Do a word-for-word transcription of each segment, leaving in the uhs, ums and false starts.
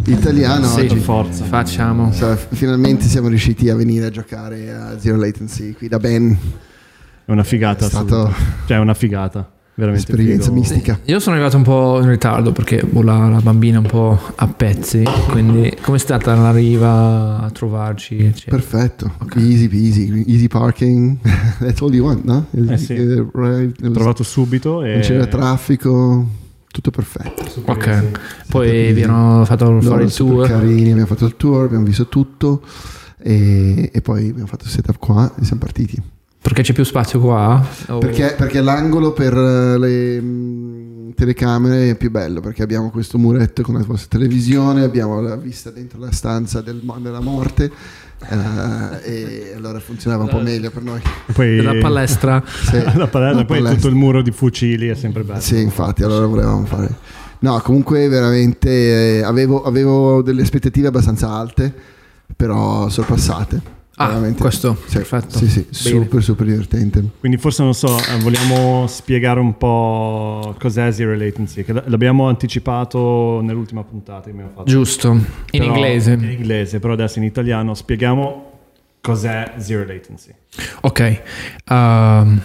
italiano. Sì, oggi. forza. Facciamo. So, finalmente siamo riusciti a venire a giocare a Zero Latency qui da Ben. È una figata. È stato cioè è una figata. Veramente esperienza figo. mistica. Io sono arrivato un po' in ritardo perché ho la, la bambina un po' a pezzi, quindi com'è stata l'arriva a trovarci? Eccetera. Perfetto, okay. Easy peasy, easy parking, that's all you want, no? Eh sì. Ho trovato subito e non c'era traffico, tutto perfetto. Super ok, easy. Poi vi hanno fatto fare il tour. Carini, abbiamo fatto il tour, abbiamo visto tutto e, e poi abbiamo fatto il setup qua e siamo partiti. Perché c'è più spazio qua? O... Perché, perché l'angolo per le mh, telecamere è più bello, perché abbiamo questo muretto con la vostra televisione, abbiamo la vista dentro la stanza del, della morte uh, e allora funzionava un po' meglio per noi. Poi la palestra, sì, la palestra, la poi palestra. Tutto il muro di fucili è sempre bello. Sì, infatti, allora volevamo fare. No, comunque veramente eh, avevo, avevo delle aspettative abbastanza alte, però sorpassate. Ah, questo, sì, perfetto. Sì, sì, super super divertente. Quindi forse non so, vogliamo spiegare un po' cos'è Zero Latency, che l'abbiamo anticipato nell'ultima puntata che abbiamo fatto. Giusto, in però, inglese. In inglese, però adesso in italiano spieghiamo cos'è Zero Latency. Ok. Um,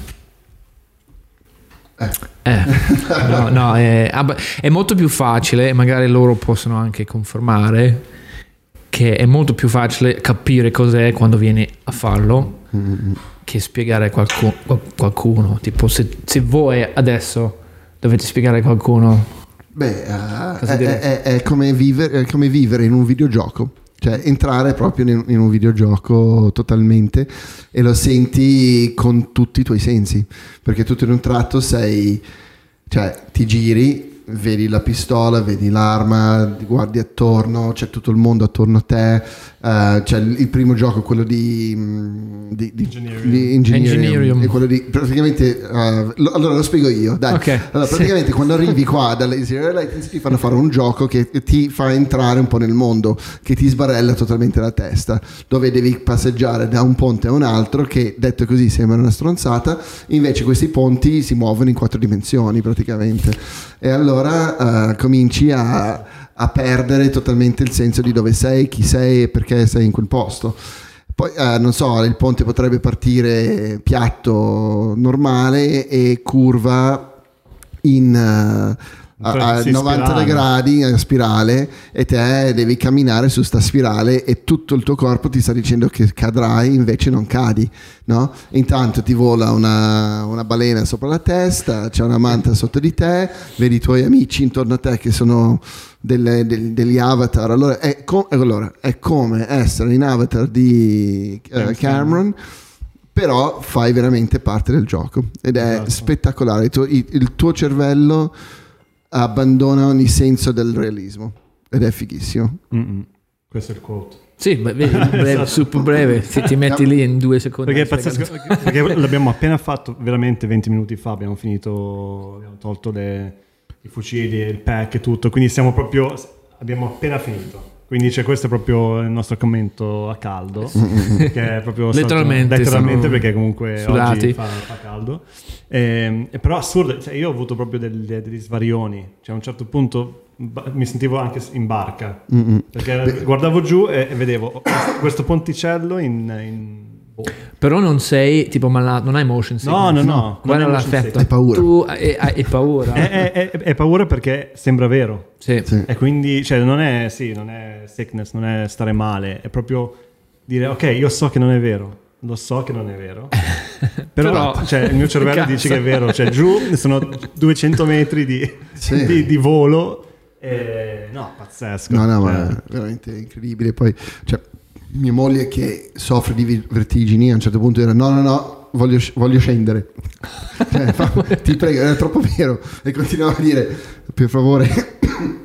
eh. Eh, no, no, è, è molto più facile, magari loro possono anche confermare che è molto più facile capire cos'è quando vieni a farlo mm-hmm. che spiegare a qualcuno, qualcuno. Tipo se, se voi adesso dovete spiegare a qualcuno, beh uh, è, è, è, come vivere, è come vivere in un videogioco, cioè entrare proprio in, in un videogioco totalmente e lo senti con tutti i tuoi sensi, perché tutto in un tratto sei, cioè ti giri, vedi la pistola, vedi l'arma, guardi attorno, c'è tutto il mondo attorno a te, uh, c'è il, il primo gioco, quello di, di, di, Engineering. di Engineering, Engineering. è quello di praticamente uh, lo, allora lo spiego io, dai. Okay. Allora, praticamente sì. Quando arrivi qua dalle Zero Latency ti fanno fare un gioco che ti fa entrare un po' nel mondo, che ti sbarella totalmente la testa, dove devi passeggiare da un ponte a un altro, che detto così sembra una stronzata, invece questi ponti si muovono in quattro dimensioni praticamente. E allora uh, cominci a, a perdere totalmente il senso di dove sei, chi sei e perché sei in quel posto. Poi uh, non so, il ponte potrebbe partire piatto normale e curva in uh, a, a sì, novanta spirale. Gradi a spirale, e te devi camminare su sta spirale e tutto il tuo corpo ti sta dicendo che cadrai, invece non cadi, no? Intanto ti vola una, una balena sopra la testa, c'è una manta sotto di te, vedi i tuoi amici intorno a te che sono delle, degli, degli avatar. Allora è, com- allora è come essere in Avatar di uh, Cameron, però fai veramente parte del gioco ed è esatto. spettacolare. Il tuo, il, il tuo cervello abbandona ogni senso del realismo ed è fighissimo. Mm-mm. Questo è il quote. Sì, breve, esatto. Super breve, se ti metti lì in due secondi. Perché è pazzesco, perché l'abbiamo appena fatto veramente venti minuti fa, abbiamo finito, abbiamo tolto le, i fucili, il pack e tutto, quindi siamo proprio, abbiamo appena finito. Quindi cioè, questo è proprio il nostro commento a caldo, che è proprio letteralmente, stato, letteralmente perché comunque sudati. Oggi fa, fa caldo. E, e però assurdo, cioè, io ho avuto proprio degli, degli svarioni, cioè a un certo punto mi sentivo anche in barca, mm-hmm. perché Beh. guardavo giù e, e vedevo questo ponticello in... in Oh. Però non sei tipo malato, non hai motion sickness. No, no, no. Guarda l'affetto. Hai paura. Tu hai, hai paura. è, è, è, è paura perché sembra vero. Sì. Sì. E quindi, cioè, non è, sì, non è sickness, non è stare male, è proprio dire, ok, io so che non è vero, lo so che non è vero. Però, Però cioè, il mio cervello cazzo. dice che è vero. Cioè, giù sono duecento metri di, sì. di, di volo. E, no, pazzesco. No, no, cioè. ma è veramente incredibile. Poi, cioè, mia moglie che soffre di vertigini a un certo punto era no no no voglio, voglio scendere cioè, fa, ti prego, era troppo vero, e continuava a dire per favore.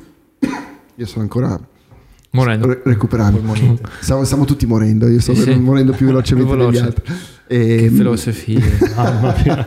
Io sono ancora morendo, re- recuperando, stiamo, stiamo tutti morendo, io sto sì, morendo più velocemente degli altri e, che filosofia. Mamma mia.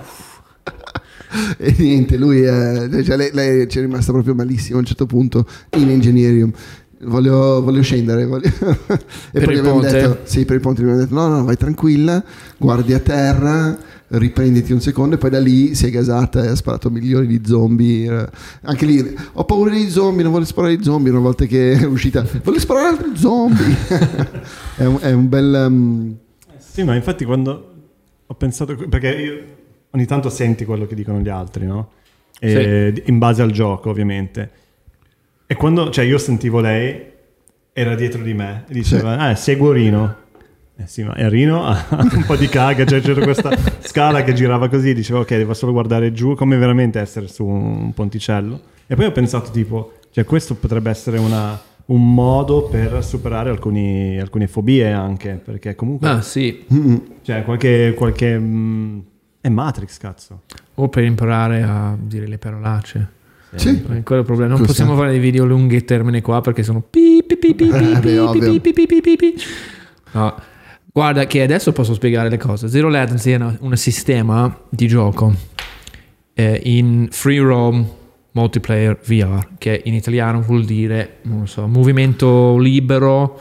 E niente, lui è, cioè, lei, lei ci è rimasta proprio malissimo a un certo punto in Engineering. voglio, voglio scendere voglio... e per poi il abbiamo ponte? detto sì, per il ponte abbiamo detto no no vai tranquilla, guardi a terra, riprenditi un secondo, e poi da lì si è gasata e ha sparato milioni di zombie. Anche lì ho paura dei zombie, non voglio sparare ai zombie. Una volta che è uscita voglio sparare altri zombie. è, un, è un bel um... sì, ma infatti quando ho pensato, perché io ogni tanto senti quello che dicono gli altri, no? E, sì. In base al gioco ovviamente, e quando, cioè io sentivo lei era dietro di me e diceva sì. eh seguo Rino. Eh sì, ma Rino ha un po' di caga, cioè c'era questa scala che girava così, dicevo ok, devo solo guardare giù, come veramente essere su un ponticello. E poi ho pensato tipo, cioè questo potrebbe essere una, un modo per superare alcuni, alcune fobie anche, perché comunque ah sì, cioè qualche, qualche mh, è Matrix, cazzo, o per imparare a dire le parolacce. Sì. Quello è il problema. Non Questo. possiamo fare dei video lunghi termine qua perché sono pi pi pi pi pi pi pi pi pi pi pi. No. Guarda che adesso posso spiegare le cose. Zero Latency è una, un sistema di gioco eh, in free roam multiplayer V R, che in italiano vuol dire, non so, movimento libero,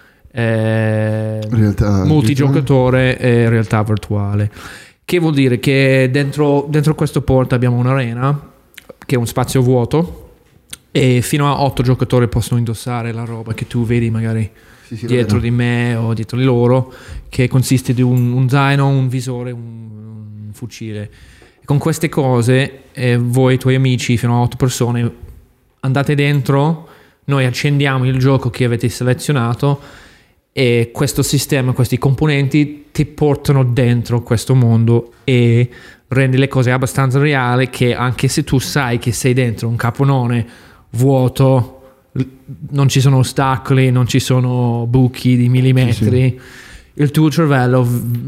eh, realtà multigiocatore e realtà virtuale. Che vuol dire che dentro, dentro questo port abbiamo un'arena che è un spazio vuoto e fino a otto giocatori possono indossare la roba che tu vedi magari Sì, sì, dietro di me o dietro di loro, che consiste di un, un zaino, un visore, un, un fucile. E con queste cose eh, voi e i tuoi amici fino a otto persone andate dentro, noi accendiamo il gioco che avete selezionato e questo sistema, questi componenti ti portano dentro questo mondo e rendi le cose abbastanza reali, che anche se tu sai che sei dentro un caponone vuoto, non ci sono ostacoli, non ci sono buchi di millimetri, sì, sì. il tuo cervello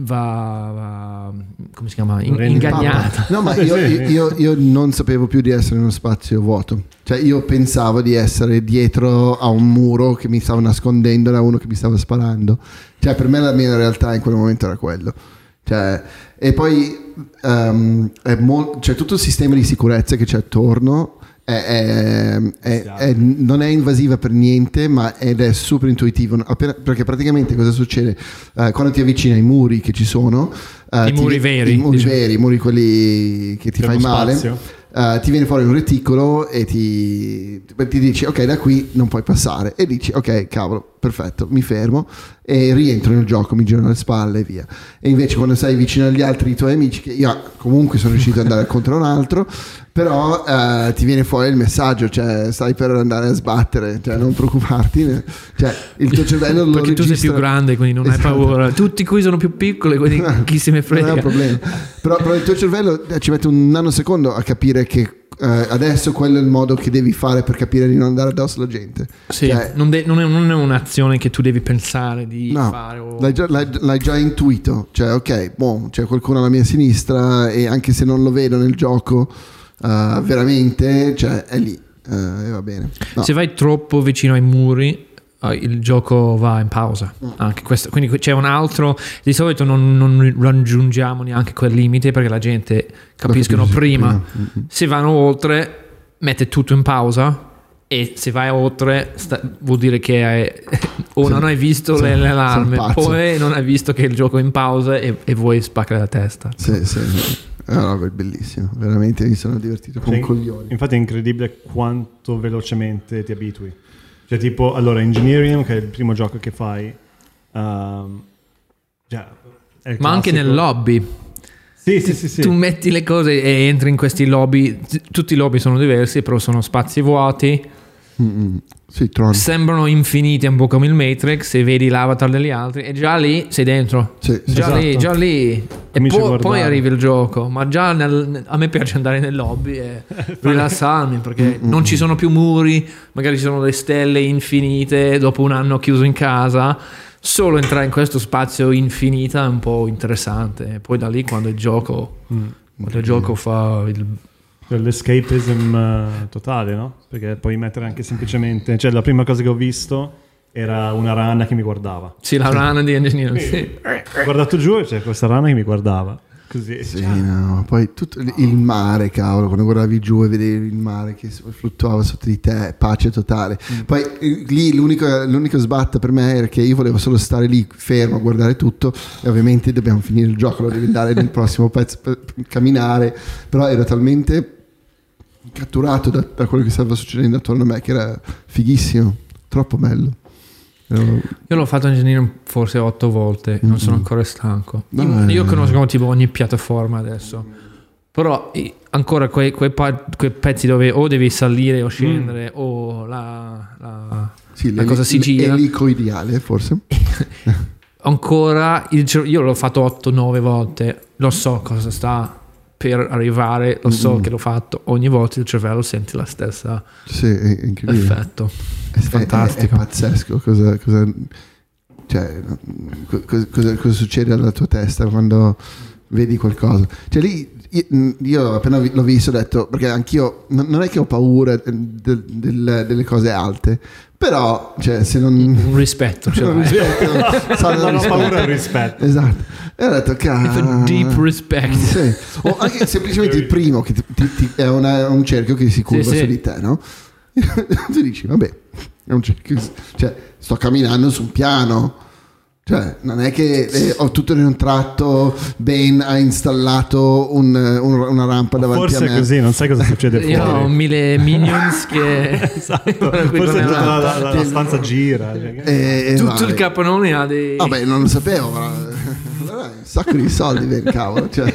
va, va come si chiama? In, ingagnato. No, ma io, io, io non sapevo più di essere in uno spazio vuoto, cioè io pensavo di essere dietro a un muro che mi stava nascondendo da uno che mi stava sparando, cioè per me la mia realtà in quel momento era quello, cioè, e poi um, è mo- c'è tutto il sistema di sicurezza che c'è attorno. È, è, è, è, non è invasiva per niente, ma ed è super intuitivo, appena, perché praticamente cosa succede uh, quando ti avvicini ai muri che ci sono, uh, i muri ti, veri, i muri diciamo. veri, i muri quelli che ti per fai male, uh, ti viene fuori un reticolo e ti, ti dici ok, da qui non puoi passare, e dici ok, cavolo, perfetto, mi fermo e rientro nel gioco, mi giro le spalle e via. E invece quando sei vicino agli altri tuoi amici, che io comunque sono riuscito ad andare contro un altro, però uh, ti viene fuori il messaggio, cioè stai per andare a sbattere, cioè non preoccuparti, cioè il tuo cervello lo perché registra. Tu sei più grande, quindi non esatto. hai paura, tutti qui sono più piccoli, quindi chi se ne frega. Non è un problema, però, però il tuo cervello ci mette un nanosecondo a capire che Uh, adesso quello è il modo che devi fare per capire di non andare addosso alla gente. Sì, cioè, non, de- non, è, non è un'azione che tu devi pensare di no, fare o... l'hai, già, l'hai, l'hai già intuito, cioè ok, boh, c'è qualcuno alla mia sinistra e anche se non lo vedo nel gioco uh, veramente, cioè è lì uh, e va bene. No. Se vai troppo vicino ai muri il gioco va in pausa, anche questo, quindi c'è un altro, di solito non, non raggiungiamo neanche quel limite perché la gente capiscono prima, prima. Se vanno oltre mette tutto in pausa, e se vai oltre sta, vuol dire che hai, o non hai visto le, le allarme, poi non hai visto che il gioco è in pausa e, e vuoi spaccare la testa. Sì, sì, sì. Oh, è bellissimo, veramente mi sono divertito come un coglione. Infatti è incredibile quanto velocemente ti abitui. Cioè tipo, allora, Engineering, che è il primo gioco che fai, um, cioè, ma anche nel lobby. Sì, sì, sì, sì. Tu metti le cose e entri in questi lobby, tutti i lobby sono diversi, però sono spazi vuoti. Mm-hmm. Sì, Tron. Sembrano infiniti, un po' come il Matrix, e vedi l'avatar degli altri e già lì sei dentro, sì, già esatto. lì, già lì e po- poi arriva il gioco, ma già nel, a me piace andare nel lobby e rilassarmi perché mm-hmm. non ci sono più muri, magari ci sono le stelle infinite dopo un anno chiuso in casa, solo entrare in questo spazio infinito è un po' interessante, e poi da lì quando il gioco mm. quando il gioco fa il l'escapism uh, totale, no? Perché puoi mettere anche semplicemente, cioè la prima cosa che ho visto era una rana che mi guardava. Sì, la rana di Engineering. Sì. Ho guardato giù e c'è questa rana che mi guardava. così. Sì, cioè. No. Poi tutto il mare, cavolo, quando guardavi giù e vedevi il mare che fluttuava sotto di te, pace totale. Mm. Poi lì l'unico, l'unico sbatta per me era che io volevo solo stare lì fermo a guardare tutto, e ovviamente dobbiamo finire il gioco, lo devi andare nel prossimo pezzo per camminare, però ero talmente catturato da, da quello che stava succedendo attorno a me che era fighissimo, troppo bello. Io l'ho fatto Engineering forse otto volte, non mm-hmm. sono ancora stanco. No, io, eh, io conosco tipo ogni piattaforma adesso, però ancora quei, quei, quei pezzi dove o devi salire o scendere mm. o la, la, sì, la cosa si gira. Elicoideale forse. Ancora io l'ho fatto otto nove volte, lo so cosa sta per arrivare, lo so mm-hmm. che l'ho fatto, ogni volta il cervello sente la stessa sì, è incredibile. Effetto. È fantastico, è, è pazzesco. Cosa, cosa, cioè, cosa, cosa, cosa succede alla tua testa quando vedi qualcosa? Cioè lì io, io appena l'ho visto ho detto, perché anch'io non è che ho paura del, del, delle cose alte, però cioè, se non un rispetto, cioè, un rispetto non ho paura del rispetto, esatto, e ho detto cazzo, deep respect, sì. O anche semplicemente il primo che ti, ti, ti, è una, un cerchio che si curva sì, su sì. di te, no? Tu dici vabbè, è un cerchio, cioè sto camminando su un piano, cioè non è che eh, ho tutto in un tratto. Ben ha installato un, un, una rampa davanti forse a me, forse è così, non sai cosa succede fuori. Io ho mille minions che esatto. Forse tutta la, la, la, la stanza gira, cioè, e, tutto vale. Il capannone ha dei vabbè non lo sapevo, ma un sacco di soldi, ben cavolo, cioè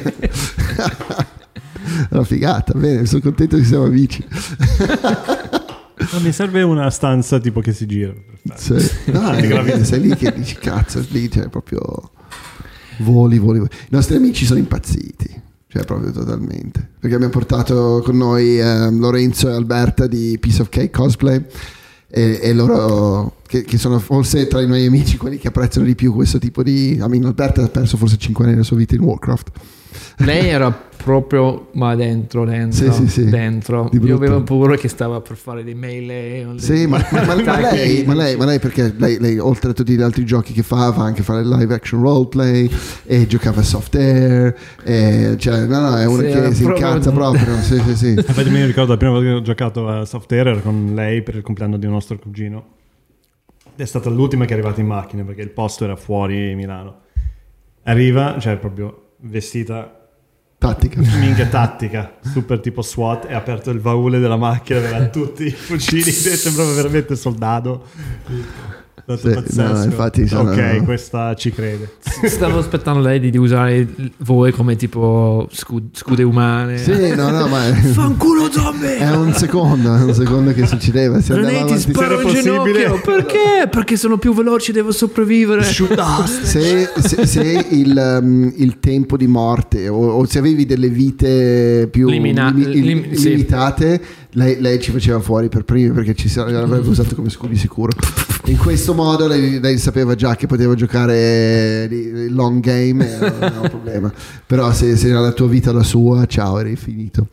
una figata, bene, sono contento che siamo amici. No, mi serve una stanza tipo che si gira. Sì. No, è, sei lì che dici cazzo, lì c'è proprio voli, voli, voli. I nostri amici sono impazziti, cioè proprio totalmente, perché abbiamo portato con noi eh, Lorenzo e Alberta di Piece of Cake Cosplay e, e loro che, che sono forse tra i miei amici quelli che apprezzano di più questo tipo di. I mean, Alberta ha perso forse cinque anni della sua vita in Warcraft. Lei era proprio ma dentro dentro sì, sì, sì. dentro io avevo paura che stava per fare dei melee sì, ma, ma, ma, ma, lei, ma, lei, ma lei perché lei, lei oltre a tutti gli altri giochi che fa va anche a fare live action roleplay e giocava a Soft Air e, cioè no no è una sì, che si proprio... incazza proprio sì, sì, sì. Infatti mi ricordo la prima volta che ho giocato a Soft Air era con lei per il compleanno di un nostro cugino, è stata l'ultima che è arrivata in macchina perché il posto era fuori Milano. Arriva, cioè proprio vestita tattica, minchia tattica, super tipo SWAT, e ha aperto il baule della macchina, aveva tutti i fucili, sembrava veramente soldato. Sì, no, infatti sono... ok, questa ci crede. Stavo aspettando lei di usare voi come tipo scud- scude umane. Sì, no, no, ma è... fanculo zombie. È un secondo, è un secondo che succedeva. Si andava ti sparo in ginocchio. Perché? Perché sono più veloci, devo sopravvivere. se, se, se il, um, il tempo di morte o, o se avevi delle vite più Limina- limi- lim- limitate, sì. lei, lei ci faceva fuori per primi perché ci l'avrebbe usato come scudi sicuro. In questo modo lei, lei sapeva già che poteva giocare il long game e non era un problema. Però se, se era la tua vita la sua, ciao, eri finito.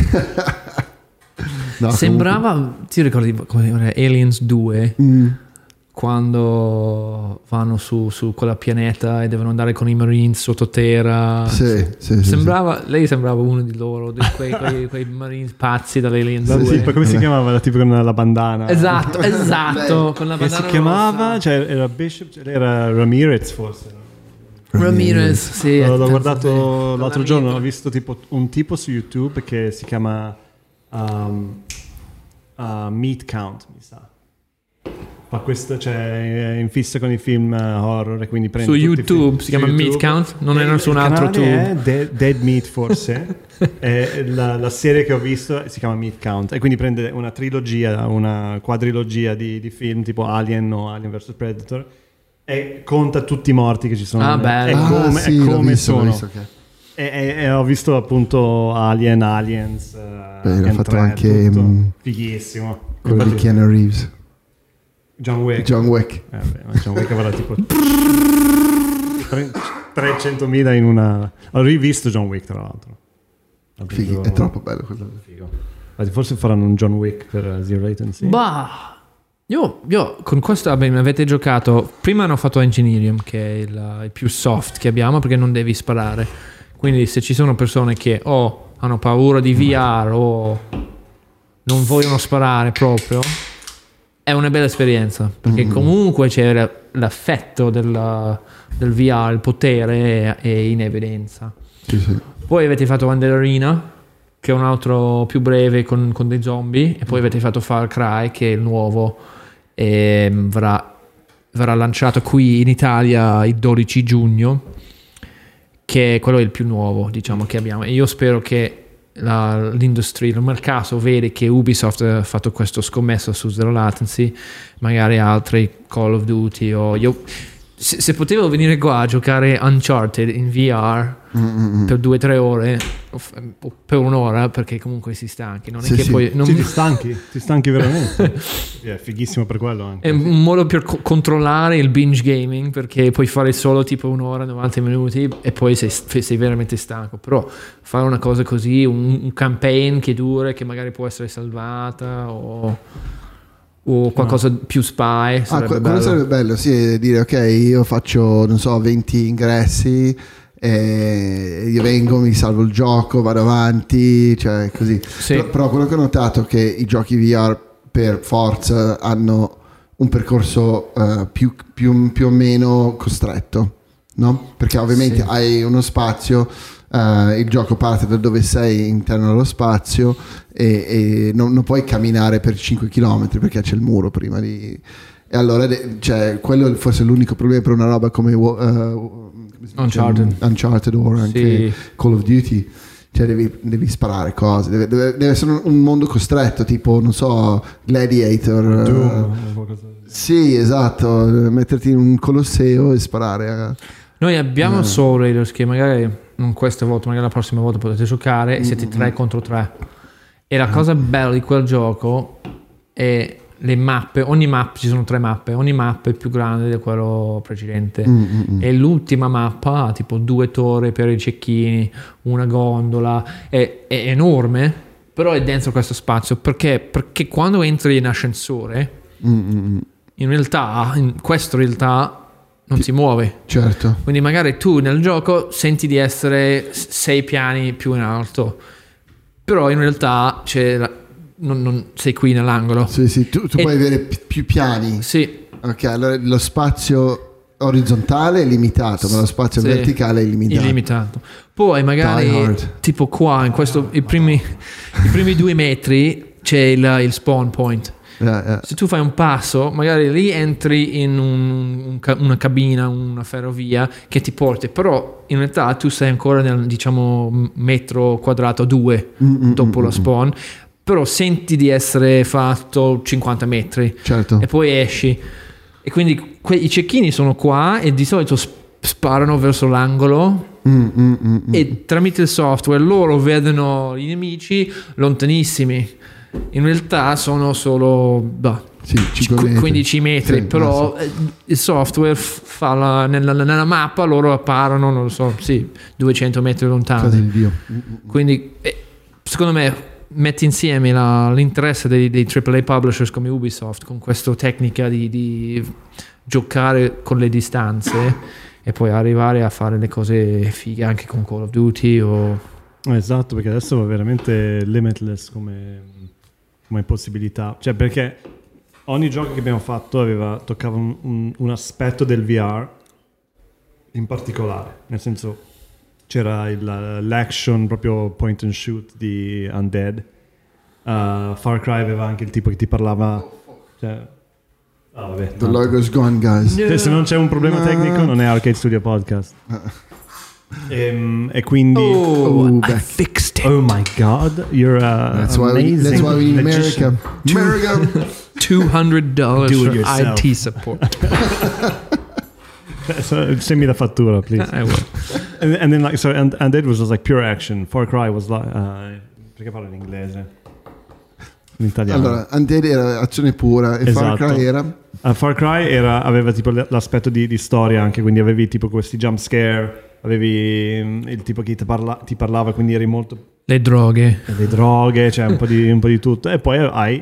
No, sembrava comunque... ti ricordi come era Aliens due mm. quando vanno su, su quella pianeta e devono andare con i Marines sottoterra? Sì, sì, sembrava, sì. Lei sembrava uno di loro, di quei, quei, quei Marines pazzi dall'Aliens due. Sì, sì, come si chiamava? La tipo con la bandana. Esatto, esatto. Con la bandana che si chiamava? Cioè, era Bishop, era Ramirez forse. No? Ramirez, sì. L'ho, l'ho guardato sì. L'altro giorno, ho visto tipo un tipo su YouTube che si chiama um, uh, Meat Count, mi sa. Fa questo, cioè è in fissa con i film horror e quindi prende su YouTube si chiama YouTube. Meat Count, non è nessun altro tube. È Dead, Dead Meat forse. È la, la serie che ho visto si chiama Meat Count e quindi prende una trilogia, una quadrilogia di, di film tipo Alien o Alien versus Predator e conta tutti i morti che ci sono. Ah, bello. E come, ah, sì, e come visto, sono. visto, okay. e, e, e ho visto appunto Alien, Aliens. Beh, ha fatto tre, anche mh, fighissimo. Quello di Keanu Reeves. John Wick. John Wick. Eh beh, John Wick avrà tipo trecentomila in una. Ho rivisto John Wick tra l'altro. Figo, è troppo bello quello. Figo. Forse faranno un John Wick per Zero Latency. Bah, io, io con questo vabbè, avete giocato. Prima hanno fatto Engineering, che è il, il più soft che abbiamo perché non devi sparare. Quindi se ci sono persone che o oh, hanno paura di V R o non vogliono sparare proprio, è una bella esperienza, perché mm-hmm. comunque c'è l'affetto del, del V R, il potere è in evidenza. Sì, sì. Poi avete fatto Wanderarena, che è un altro più breve con, con dei zombie, e poi avete fatto Far Cry, che è il nuovo, e verrà, verrà lanciato qui in Italia il dodici giugno, che quello è il più nuovo, diciamo, che abbiamo. E io spero che la, l'industria, il mercato vede che Ubisoft ha fatto questo scommesso su Zero Latency, magari altri Call of Duty o io... Se, se potevo venire qua a giocare Uncharted in V R mm-hmm. per due o tre ore o per un'ora, perché comunque si stanchi, non è sì, che sì. poi non... sì, ti stanchi, ti stanchi veramente. È fighissimo per quello anche. È un modo per co- controllare il binge gaming, perché puoi fare solo tipo un'ora, novanta minuti e poi sei, sei veramente stanco. Però fare una cosa così, un, un campaign che dura, che magari può essere salvata o... o qualcosa no. più spy sarebbe, ah, quello bello. sarebbe bello, sì, dire ok, io faccio non so venti ingressi e io vengo, mi salvo il gioco, vado avanti, cioè così. Sì. Però, però quello che ho notato è che i giochi V R per forza hanno un percorso uh, più, più, più o meno costretto, no? Perché ovviamente sì. hai uno spazio. Uh, il gioco parte da dove sei interno allo spazio e, e non, non puoi camminare per cinque chilometri perché c'è il muro prima di... e allora cioè, quello forse è l'unico problema per una roba come uh, Uncharted. Uncharted o anche sì. Call of Duty, cioè devi, devi sparare cose, deve, deve, deve essere un mondo costretto, tipo non so Gladiator. Doom, uh, sì, esatto, metterti in un colosseo e sparare a... Noi abbiamo uh. solo Raiders che magari non questa volta, magari la prossima volta potete giocare e siete tre contro tre. E la cosa bella di quel gioco è le mappe, ogni mappa, ci sono tre mappe, ogni mappa è più grande di quello precedente. Mm-hmm. E l'ultima mappa ha tipo due torri per i cecchini, una gondola, è, è enorme, però è dentro questo spazio, perché, perché quando entri in ascensore, mm-hmm. in realtà, in questa realtà non si muove, certo. Quindi magari tu nel gioco senti di essere sei piani più in alto, però in realtà c'è la, non, non sei qui nell'angolo. Sì, sì, tu, tu e, puoi avere p- più piani. Sì. Ok, allora lo spazio orizzontale è limitato, ma lo spazio sì, verticale è illimitato. illimitato. Poi magari tipo qua in questo i primi i primi due metri c'è il, il spawn point. Yeah, yeah. Se tu fai un passo, magari lì entri in un, un, una cabina, una ferrovia che ti porta, però in realtà tu sei ancora nel, diciamo, metro quadrato due mm-hmm, dopo mm-hmm. la spawn, però senti di essere fatto cinquanta metri, certo. E poi esci, e quindi que- i cecchini sono qua e di solito sp- sparano verso l'angolo. Mm, mm, mm, e tramite il software loro vedono i nemici lontanissimi. In realtà sono solo bah, sì, metri. quindici metri, sì, però sì. il software fa la, nella, nella mappa loro apparono, non lo so, sì, duecento metri lontani. Quindi eh, secondo me metti insieme la, l'interesse dei, dei triple A publishers come Ubisoft con questa tecnica di, di giocare con le distanze e poi arrivare a fare le cose fighe anche con Call of Duty o... Esatto, perché adesso va veramente limitless come come possibilità, cioè perché ogni gioco che abbiamo fatto aveva toccava un, un, un aspetto del V R in particolare, nel senso c'era il, l'action proprio point and shoot di Undead, uh, Far Cry aveva anche il tipo che ti parlava, cioè, oh, vabbè, the logo's gone, guys. Yeah. Se non c'è un problema no. tecnico non è Arcade Studio Podcast. E, e quindi oh, oh I fixed it. Oh my god, you're uh, that's amazing. Why we, that's why we need America. America. two hundred dollars for I T support. Send me the fattura, please. I will. And, and then like so, and and it was just like pure action. Far Cry was like, uh, perché parlo in inglese? In italiano. Allora, Undead era azione pura e esatto. Far Cry era? Uh, Far Cry era aveva tipo l'aspetto di, di storia anche, quindi avevi tipo questi jump scare. Avevi il tipo che ti, parla, ti parlava, quindi eri molto le droghe le droghe, cioè un po' di, un po' di tutto, e poi hai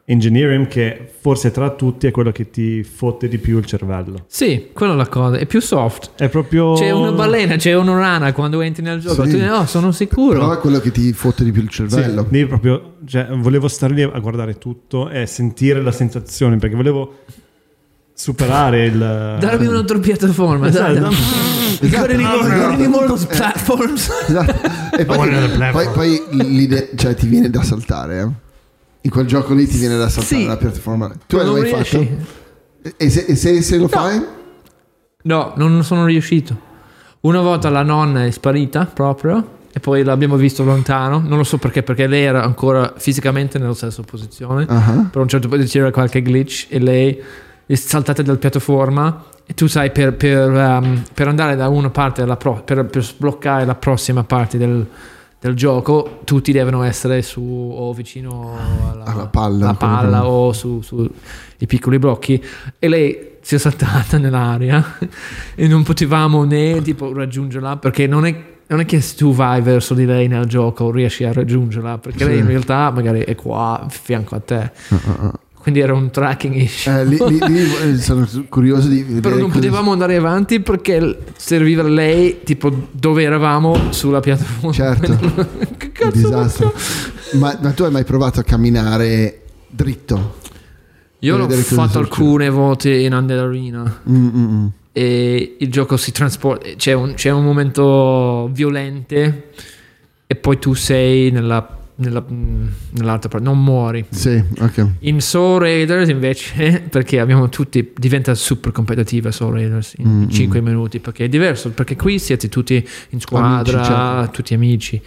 engineering che forse tra tutti è quello che ti fotte di più il cervello. Sì, quella è la cosa, è più soft. È proprio... C'è una balena, c'è una rana quando entri nel gioco, sì. Tu dici, no, sono sicuro. Però è quello che ti fotte di più il cervello. Sì, lì proprio, cioè, volevo stare lì a guardare tutto e sentire la sensazione, perché volevo superare il... Darmi un'altra piattaforma, esatto. Dai, dai. Esatto. Esatto. More those platforms. Esatto. E poi, poi, poi l'idea, cioè, ti viene da saltare, eh? In quel gioco lì ti viene da saltare sì. La piattaforma. Tu hai mai fatto? E se, e se, se lo no. fai? No, non sono riuscito. Una volta la nonna è sparita proprio e poi l'abbiamo visto lontano. Non lo so perché, perché lei era ancora fisicamente nella stessa posizione. Uh-huh. Per un certo punto c'era qualche glitch e lei è saltata dalla piattaforma. E tu sai, per, per, um, per andare da una parte alla pro, per, per sbloccare la prossima parte del del gioco, tutti devono essere su o vicino alla, alla palla, alla palla o su, su i piccoli blocchi, e lei si è saltata nell'aria e non potevamo né tipo raggiungerla, perché non è, non è che se tu vai verso di lei nel gioco riesci a raggiungerla, perché sì. Lei in realtà magari è qua a fianco a te. Uh-uh. Quindi era un tracking issue. Eh, lì, lì, lì sono curioso di vedere. Però non potevamo andare avanti perché serviva lei tipo dove eravamo sulla piattaforma. Certo. Che cazzo? Disastro. Ma, ma tu hai mai provato a camminare dritto? Io l'ho fatto alcune volte in Undead Arena. Mm-mm. E il gioco si trasporta. C'è un, c'è un momento violente e poi tu sei nella Nella, nell'altra parte non muori. Sì, ok. In Soul Raiders invece, perché abbiamo tutti, diventa super competitiva Soul Raiders in mm-hmm. cinque minuti, perché è diverso, perché qui siete tutti in squadra, amici, certo. Tutti amici.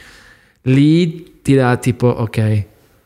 Lì ti dà tipo, ok,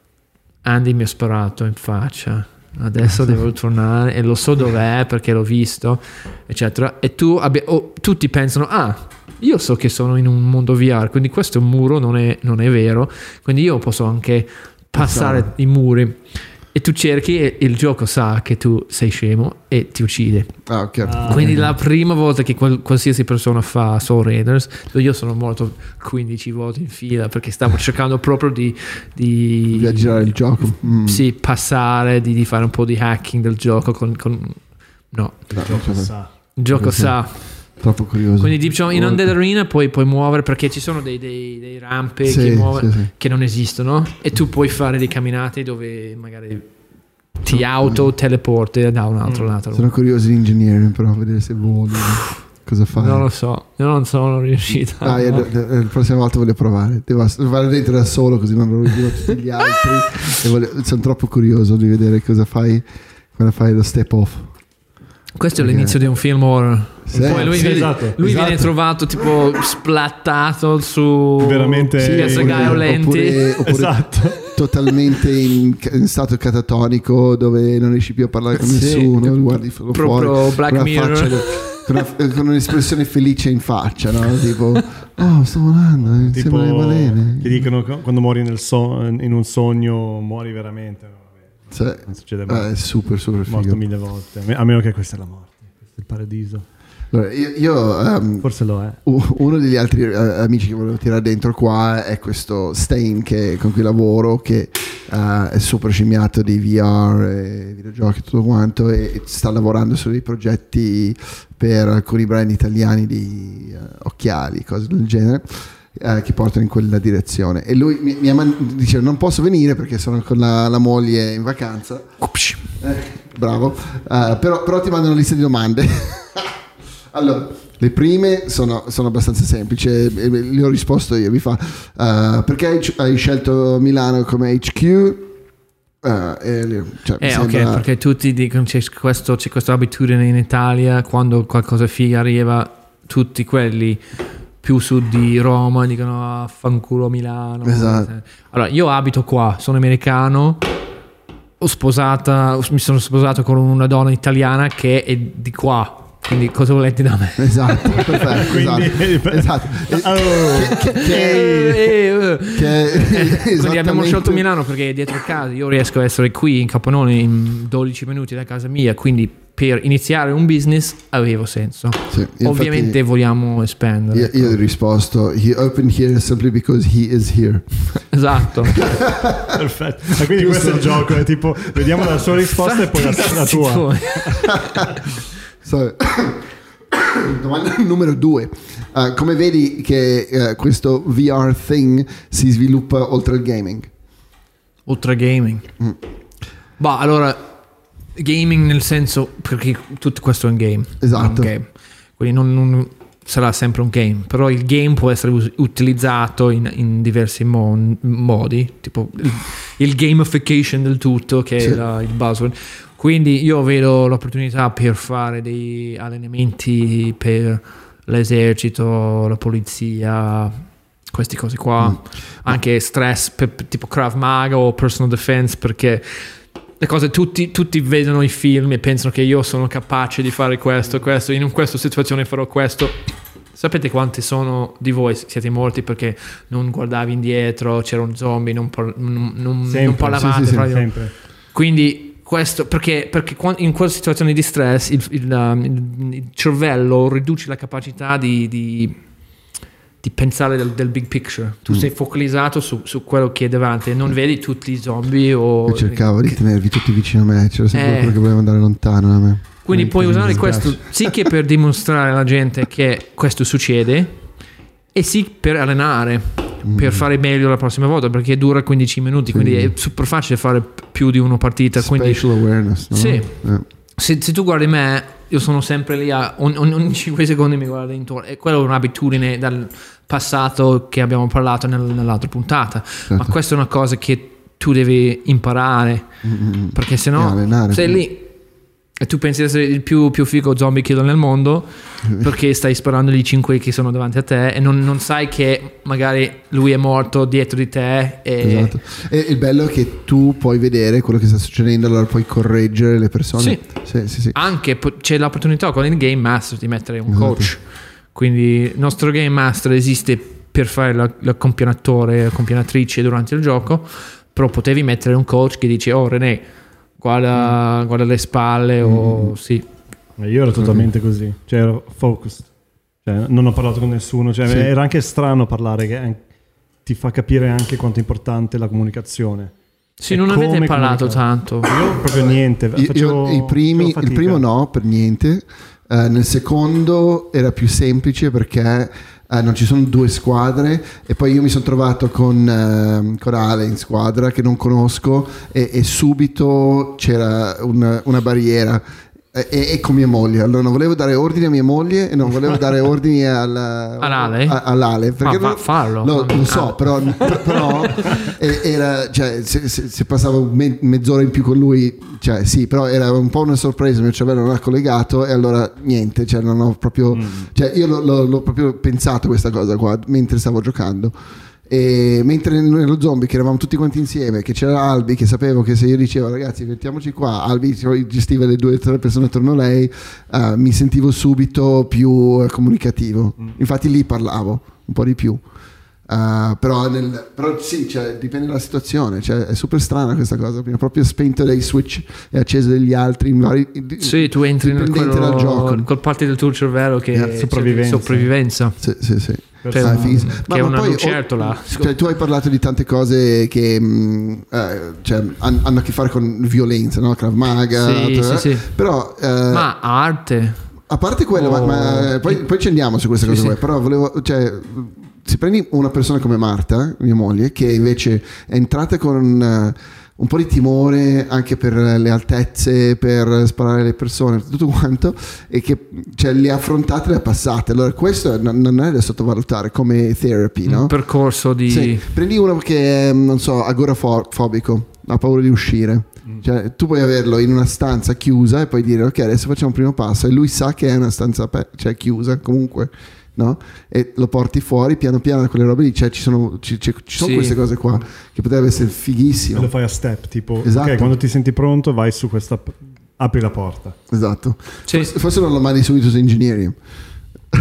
Andy mi ha sparato in faccia, adesso devo tornare e lo so dov'è perché l'ho visto, eccetera, e tu abbi- oh, tutti pensano, ah, io so che sono in un mondo V R, quindi questo muro non è, non è vero, quindi io posso anche passare Pensavo. i muri, e tu cerchi e il gioco sa che tu sei scemo e ti uccide. Ah, okay. Ah, quindi okay. La prima volta che qual- qualsiasi persona fa Soul Raiders, io sono morto quindici volte in fila perché stavo cercando proprio di di, di aggirare il gioco, mm. sì, passare, di, di fare un po' di hacking del gioco con, con... no, il no, gioco sa il gioco sa troppo curioso. Quindi diciamo in Undead Arena puoi, puoi muovere, perché ci sono dei, dei, dei rampe sì, che, muove, sì, sì. che non esistono, e tu puoi fare dei camminate dove magari ti auto teleporti da un altro mm. lato. Sono curioso di engineering, però, vedere se voli. Cosa fai? Non lo so, io non sono riuscito. Ah, io, la prossima volta voglio provare. Devo fare dentro da solo, così non lo vedo tutti gli altri. E voglio, sono troppo curioso di vedere cosa fai quando fai lo step off. Questo è l'inizio di un film horror. Sì, poi lui, sì, viene, esatto, lui esatto. viene trovato tipo splattato su veramente sì, oppure, oppure, oppure esatto. totalmente in, in stato catatonico, dove non riesci più a parlare con sì, nessuno, guardi solo proprio fuori, Black con Mirror faccia, con, una, con un'espressione felice in faccia, no? Tipo, oh, sto volando, tipo, sembra le balene. Ti dicono quando muori nel so- in un sogno muori veramente. Sì. Non succede mai. Eh, è super super figo. Morto mille volte, a meno che questa è la morte, questo è il paradiso. Allora, io, io um, forse lo è. Uno degli altri uh, amici che volevo tirare dentro qua è questo Stain, che, con cui lavoro, che uh, è super scimmiato di V R e videogiochi e tutto quanto, e sta lavorando su dei progetti per alcuni brand italiani di uh, occhiali, cose del genere, Uh, che portano in quella direzione. E lui mi, mi man- dice: non posso venire perché sono con la, la moglie in vacanza. Eh, bravo, uh, però, però ti mando una lista di domande. Allora, le prime sono, sono abbastanza semplici, e le ho risposto io. Mi fa: uh, perché hai, hai scelto Milano come H Q? Uh, e, cioè, eh, sembra... ok, perché tutti dicono c'è, questo, c'è questa abitudine in Italia, quando qualcosa figa arriva, tutti quelli più su di Roma dicono fanculo Milano. Esatto. Allora, io abito qua, sono americano, ho sposata, mi sono sposato con una donna italiana che è di qua. Quindi cosa volete da me? Esatto, perfetto. Quindi, esatto, esatto. Oh, che, che, che, che quindi abbiamo scelto Milano perché è dietro casa. Io riesco a essere qui in Capannone in dodici minuti da casa mia, quindi per iniziare un business aveva senso. Sì, ovviamente infatti, vogliamo espandere. Io, io ho risposto: he opened here simply because he is here. Esatto. Perfetto. E quindi questo è il gioco, è tipo vediamo la sua risposta e poi la, la tua. So, domanda numero due. Uh, come vedi che uh, questo V R thing si sviluppa oltre il gaming? Oltre gaming? Mm. Bah, allora gaming nel senso, perché tutto questo è un game. Esatto. Un game. Quindi non, non sarà sempre un game, però il game può essere us- utilizzato in, in diversi mo- modi, tipo il, il gamification del tutto, che sì. è la, il buzzword. Quindi io vedo l'opportunità per fare dei allenamenti per l'esercito, la polizia, queste cose qua, mm. anche stress per, tipo Krav Maga o personal defense, perché le cose tutti, tutti vedono i film e pensano che io sono capace di fare questo, questo, in questa situazione farò questo. Sapete quanti sono di voi siete morti perché non guardavi indietro, c'era un zombie, non, par- non, non, sempre, non parlavate sì, sì, fra sì, sempre. Quindi questo perché, perché in quelle situazioni di stress il, il, il, il cervello riduce la capacità di, di, di pensare del, del big picture. Tu mm. sei focalizzato su, su quello che è davanti e non vedi tutti i zombie o... Io cercavo di tenervi tutti vicino a me, c'era sempre eh. quello che voleva andare lontano da me. Quindi puoi usare questo sì che per dimostrare alla gente che questo succede e sì per allenare, mm. per fare meglio la prossima volta, perché dura quindici minuti, sì. quindi è super facile fare più di una partita. Spatial quindi, awareness, no? Sì. Yeah. Se, se tu guardi me, io sono sempre lì a, ogni, ogni cinque secondi mi guardo intorno, e quella è un'abitudine dal passato che abbiamo parlato nel, nell'altra puntata, certo. ma questa è una cosa che tu devi imparare, mm-hmm. perché sennò sei lì e tu pensi di essere il più, più figo zombie killer nel mondo perché stai sparando gli cinque che sono davanti a te e non, non sai che magari lui è morto dietro di te e... Esatto. E il bello è che tu puoi vedere quello che sta succedendo, allora puoi correggere le persone. Sì, sì, sì, sì. Anche c'è l'opportunità con il Game Master di mettere un esatto. coach, quindi il nostro Game Master esiste per fare la, l'accompagnatore, l'accompagnatrice durante il gioco, però potevi mettere un coach che dice oh René guarda, mm. guarda le spalle mm. o sì. Io ero totalmente mm. così, cioè ero focused, cioè, non ho parlato con nessuno, cioè, sì. era anche strano parlare, che ti fa capire anche quanto è importante la comunicazione. Sì, non avete parlato tanto. Io proprio niente. Io, io, i primi, il primo no, per niente. Uh, nel secondo era più semplice perché uh, non ci sono due squadre e poi io mi sono trovato con, uh, con Ale in squadra che non conosco e, e subito c'era una, una barriera. E, e con mia moglie, allora non volevo dare ordini a mia moglie e non volevo dare ordini alla, all'ale? A, all'ale perché ma, ma farlo lo, lo so, però, però era, cioè, se, se, se passavo me, mezz'ora in più con lui, cioè sì, però era un po' una sorpresa, il mio cervello non era collegato e allora niente, cioè non ho proprio, mm. cioè io l'ho, l'ho, l'ho proprio pensato questa cosa qua mentre stavo giocando. E mentre nello zombie che eravamo tutti quanti insieme, che c'era Albi che sapevo che se io dicevo ragazzi mettiamoci qua, Albi gestiva le due o tre persone attorno a lei, uh, mi sentivo subito più uh, comunicativo, mm. infatti lì parlavo un po' di più, uh, però, nel, però sì, cioè, dipende dalla situazione, cioè, è super strana questa cosa, prima proprio spento dei switch e acceso degli altri in vari, sì, tu entri nel quello, gioco. Col parte del tuo cervello che yeah, è sopravvivenza, sopravvivenza. Sì, sì, sì. Cioè, ah, che ma, è ma una poi, lucertola. Cioè, tu hai parlato di tante cose che mh, eh, cioè, han, hanno a che fare con violenza, no? Krav Maga, sì, altre, sì, sì. Però eh, ma arte, a parte quello, oh. ma, ma poi, poi ci andiamo su queste sì, cose sì. qua, però volevo, cioè, se prendi una persona come Marta, mia moglie, che invece è entrata con uh, un po' di timore anche per le altezze, per sparare alle persone, tutto quanto, e che cioè, le ha affrontate e le ha passate. Allora questo non è da sottovalutare come therapy, no? Un percorso di... Sì. Prendi uno che è, non so, agorafobico, ha paura di uscire. Mm. Cioè, tu puoi averlo in una stanza chiusa e poi dire ok, adesso facciamo un primo passo, e lui sa che è una stanza pe- cioè, chiusa comunque, no? E lo porti fuori piano piano da quelle robe lì, cioè ci sono, ci, ci sono sì. queste cose qua che potrebbe essere fighissimo. E lo fai a step, tipo esatto. ok, quando ti senti pronto vai su questa, apri la porta. Esatto. Sì. Forse, forse non lo mandi subito su engineering.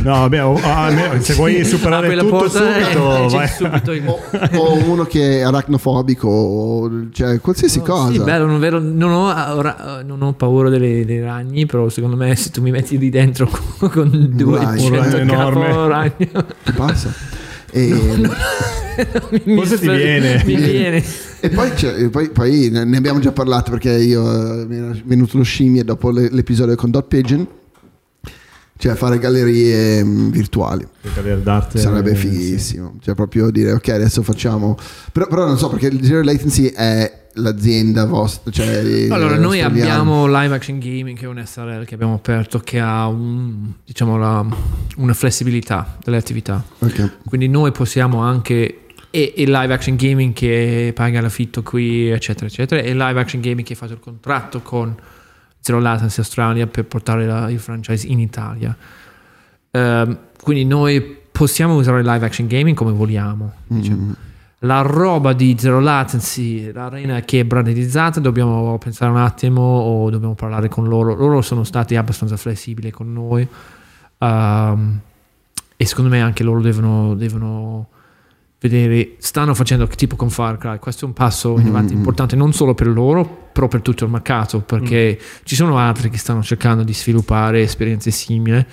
No, vabbè, o, o, se vuoi superare tutto porta, subito, eh, vai. subito in... o, o uno che è aracnofobico, o, cioè qualsiasi oh, cosa. Sì, bello, non, vero, non, ho, ora, non ho paura delle, dei ragni, però secondo me se tu mi metti lì dentro con, con due ragno enorme, ragno. Ti passa? E... mi, Forse ti viene. Mi viene. E poi, cioè, poi, poi ne abbiamo già parlato, perché io mi è venuto lo scimmie dopo l'episodio con Dot Pigeon, cioè fare gallerie virtuali. Gallerie d'arte sarebbe fighissimo, sì. Cioè proprio dire ok, adesso facciamo, però, però non so, perché il Zero Latency è l'azienda vostra, cioè allora noi abbiamo Live Action Gaming, che è un S R L che abbiamo aperto, che ha un, diciamo la, una flessibilità delle attività, okay. Quindi noi possiamo anche e il Live Action Gaming che paga l'affitto qui eccetera eccetera, e il Live Action Gaming che fa il contratto con Zero Latency Australia per portare la, il franchise in Italia. Uh, quindi noi possiamo usare il Live Action Gaming come vogliamo, diciamo. Mm-hmm. La roba di Zero Latency, l'arena che è brandizzata, dobbiamo pensare un attimo o dobbiamo parlare con loro. Loro sono stati abbastanza flessibili con noi, um, e secondo me anche loro devono, devono vedere, stanno facendo tipo con Far Cry. Questo è un passo in avanti mm-hmm. importante non solo per loro, però per tutto il mercato, perché mm. ci sono altri che stanno cercando di sviluppare esperienze simili,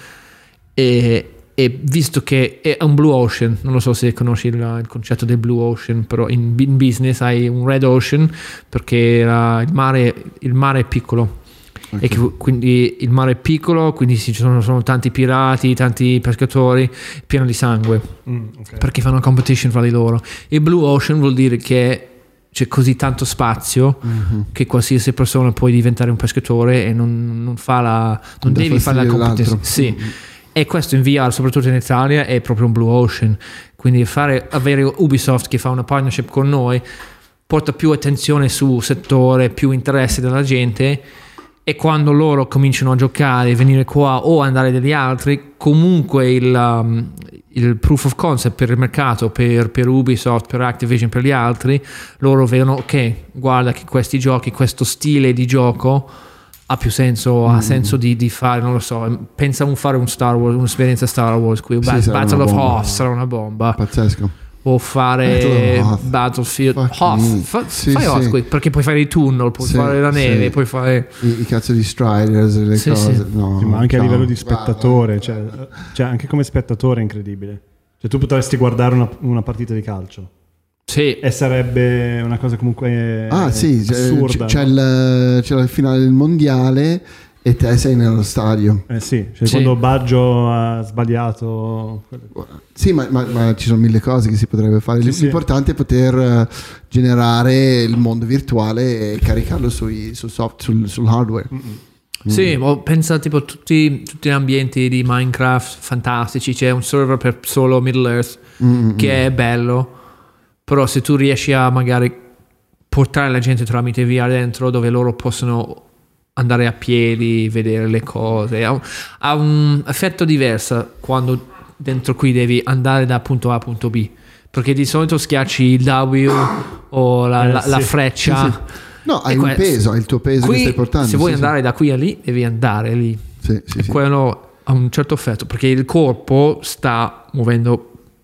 e E visto che è un blue ocean, non lo so se conosci il, il concetto del blue ocean, però in, in business hai un red ocean perché la, il, mare, il mare è piccolo, okay. E che, quindi il mare è piccolo, quindi ci sono, sono tanti pirati, tanti pescatori, pieno di sangue, mm, okay. Perché fanno competition fra di loro. Il blue ocean vuol dire che c'è così tanto spazio mm-hmm. che qualsiasi persona può diventare un pescatore e non, non fa la non da devi fare la competition. Sì. Mm-hmm. E questo in V R, soprattutto in Italia, è proprio un blue ocean. Quindi fare, avere Ubisoft che fa una partnership con noi porta più attenzione sul settore, più interesse della gente, e quando loro cominciano a giocare, venire qua o andare dagli altri, comunque il, um, il proof of concept per il mercato, per, per Ubisoft, per Activision, per gli altri, loro vedono ok, guarda che questi giochi, questo stile di gioco ha più senso, mm. ha senso di, di fare, non lo so, pensa a fare un Star Wars, un'esperienza Star Wars qui, sì, Battle of Hoth sarà una bomba, pazzesco, o fare Battlefield Hoth, fa, sì, fai Hoth sì. qui, perché puoi fare i tunnel, puoi sì, fare la neve, sì. puoi fare i, i cazzo di Striders, le sì, cose sì. No, sì, ma anche ciao. A livello di spettatore, cioè, cioè anche come spettatore è incredibile, cioè tu potresti guardare una, una partita di calcio. Sì. E sarebbe una cosa comunque ah, sì, assurda. C'è, no? il, c'è la finale del mondiale e te sei nello stadio. Eh sì, cioè sì. quando Baggio ha sbagliato. Sì, ma, ma, ma ci sono mille cose che si potrebbe fare. Sì, L'importante sì. è poter generare il mondo virtuale e caricarlo sui, sul, soft, sul, sul hardware. Mm-mm. Sì, mm. pensa tipo tutti, tutti gli ambienti di Minecraft fantastici. C'è un server per solo Middle Earth Mm-mm. che è bello. Però se tu riesci a magari portare la gente tramite V R dentro, dove loro possono andare a piedi, vedere le cose, ha un, ha un effetto diverso quando dentro qui devi andare da punto A a punto B, perché di solito schiacci il W o la, eh, la, sì. la freccia. Sì, sì. No, hai un questo. peso, hai il tuo peso qui, che stai portando. Se vuoi sì, andare sì. da qui a lì, devi andare lì. Sì, sì, e sì. quello ha un certo effetto, perché il corpo sta muovendo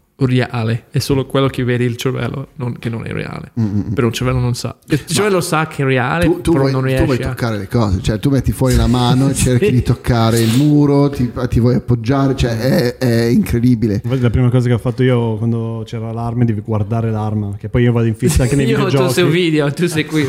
reale, è solo quello che vedi il cervello non, che non è reale. Mm-hmm. Però il cervello non sa, il cervello sa che è reale, tu, tu però vuoi, non riesce tu vuoi a... toccare le cose, cioè tu metti fuori la mano sì. cerchi di toccare il muro, ti, ti vuoi appoggiare, cioè è, è incredibile. La prima cosa che ho fatto io quando c'era l'arma, devi guardare l'arma, che poi io vado in fissa anche nei videogiochi. Io tu sei un video, tu sei qui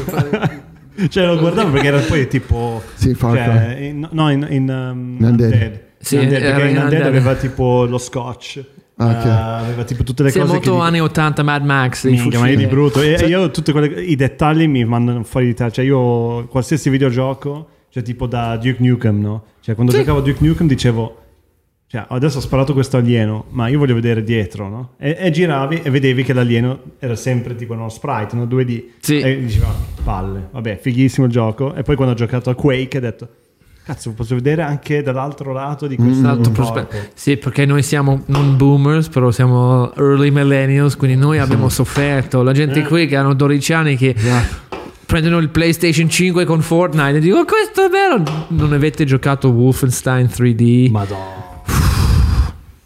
cioè lo guardavo perché era poi tipo sì, cioè, in, no in, in, um, in Undead, Undead. Sì, Undead, perché in Undead aveva tipo lo scotch. Okay. Uh, aveva tipo tutte le sì, cose molto che anni ottanta Mad Max minchia, ma io di brutto e cioè, io tutti i dettagli mi mandano fuori di te, cioè io qualsiasi videogioco, cioè tipo da Duke Nukem, no? Cioè quando sì. giocavo a Duke Nukem dicevo, cioè adesso ho sparato questo alieno, ma io voglio vedere dietro, no? E, e giravi e vedevi che l'alieno era sempre tipo uno sprite, uno due D sì. e dicevo oh, palle, vabbè, fighissimo il gioco. E poi quando ho giocato a Quake ho detto cazzo, posso vedere anche dall'altro lato di questo mm, prospe- sì, perché noi siamo non boomers, però siamo early millennials, quindi noi abbiamo sofferto. La gente eh. qui che hanno dodici anni che yeah. prendono il PlayStation cinque con Fortnite e dicono questo è bello. Non avete giocato Wolfenstein tre D? Madonna.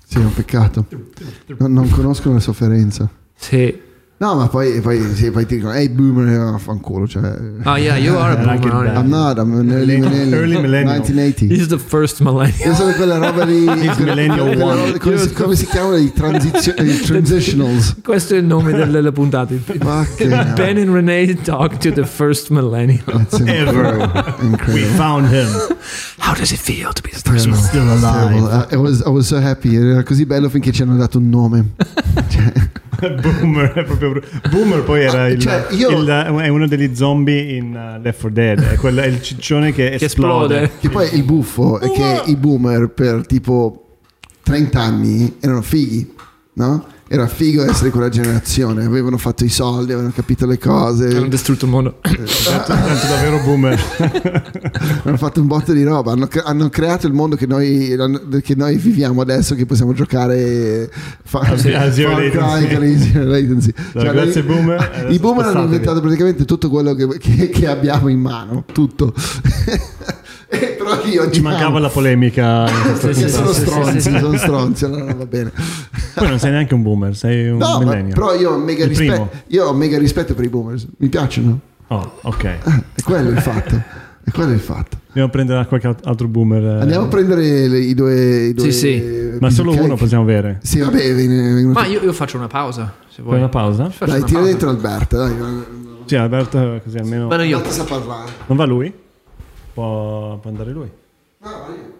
Sì, è un peccato. Non, non conoscono la sofferenza. Sì. No, ma poi, poi, sì, poi ti dicono, ehi boomer, fanculo. Cioè, oh yeah, you are a boomer. I'm not, I'm an early millennial. Early millennial. nineteen eighty. He's the first millennial. Io sono quella roba lì. millennial one. Come, si, come si chiamano i, transizio- i transitionals? Questo è il nome delle, delle puntate. Ben and Renee talk to the first millennial ever. We found him. How does it feel to be the first millennial? Still alive. I was, I was so happy. Era così bello finché ci hanno dato un nome. Cioè, Boomer è proprio Boomer poi era il, cioè, io... il, è uno degli zombie in uh, Left four Dead, è, quello, è il ciccione che, che esplode. esplode. Che poi il buffo è che i boomer per tipo trenta anni erano fighi, no? Era figo essere quella generazione, avevano fatto i soldi, avevano capito le cose, hanno distrutto il mondo. Tanto davvero boomer. Hanno fatto un botto di roba, hanno, hanno creato il mondo che noi, che noi viviamo adesso, che possiamo giocare fa, a zero latency. latency. No, cioè, grazie noi, boomer. I boomer hanno inventato praticamente tutto quello che, che, che abbiamo in mano, tutto. Eh, però io ci mancava la polemica in questa sì, puntata. sono stronzi, sono stronzi, allora non va bene. Poi non sei neanche un boomer, sei un no, millennial. Però io ho mega rispetto, io ho mega rispetto per i boomers, mi piacciono. Oh, ok. Eh, è quello il fatto. È quello il fatto. Andiamo a prendere qualche altro boomer. Eh. Andiamo a prendere le, i due, i due sì, sì. Ma solo uno possiamo avere. Sì, vabbè, viene, viene ma io, io faccio una pausa. Se vuoi una pausa? Dai, una tira pausa. dentro Alberto, dai. Sì, Alberto così almeno. Vado io. Alberto sa parlare. Non va lui? Può, può andare lui. No, va io.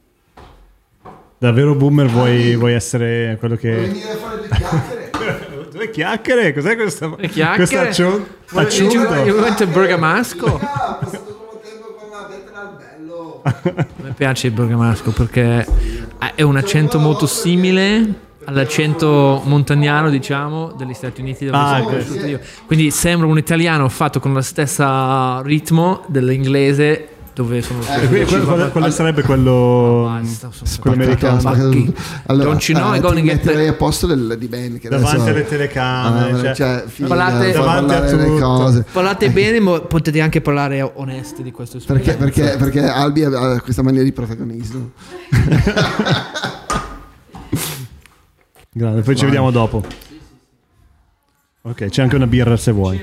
Davvero boomer vuoi, vuoi essere quello che... Vuoi venire a fare due chiacchiere? Due chiacchiere? Cos'è questa? Le chiacchiere? Questa acciun- Vuoi- acciunto? Io went to Bergamasco. Ah, ho passato come tempo con la Bettera al bello. Mi piace il bergamasco perché è un accento molto simile all'accento montagnano, diciamo, degli Stati Uniti dove Ah, sono ok. cresciuto io. Quindi sembra un italiano fatto con lo stesso ritmo dell'inglese dove sono Eh, E quindi quello, quello- quello sarebbe quello... Basta, sono quello americano. Fucking- Allora, Don't you know eh, I'm gonna ti get metterei the- a posto del, di Ben che Davanti adesso- alle telecamere, Ah, cioè- cioè, figa, Parlate- fa davanti a parlare le tutto. cose. Parlate bene, ma potete anche parlare onesti di questo Perché, esperimento. perché, perché Albi ha questa mania di protagonismo. Grande, poi ci vediamo dopo. Ok, c'è anche una birra se vuoi.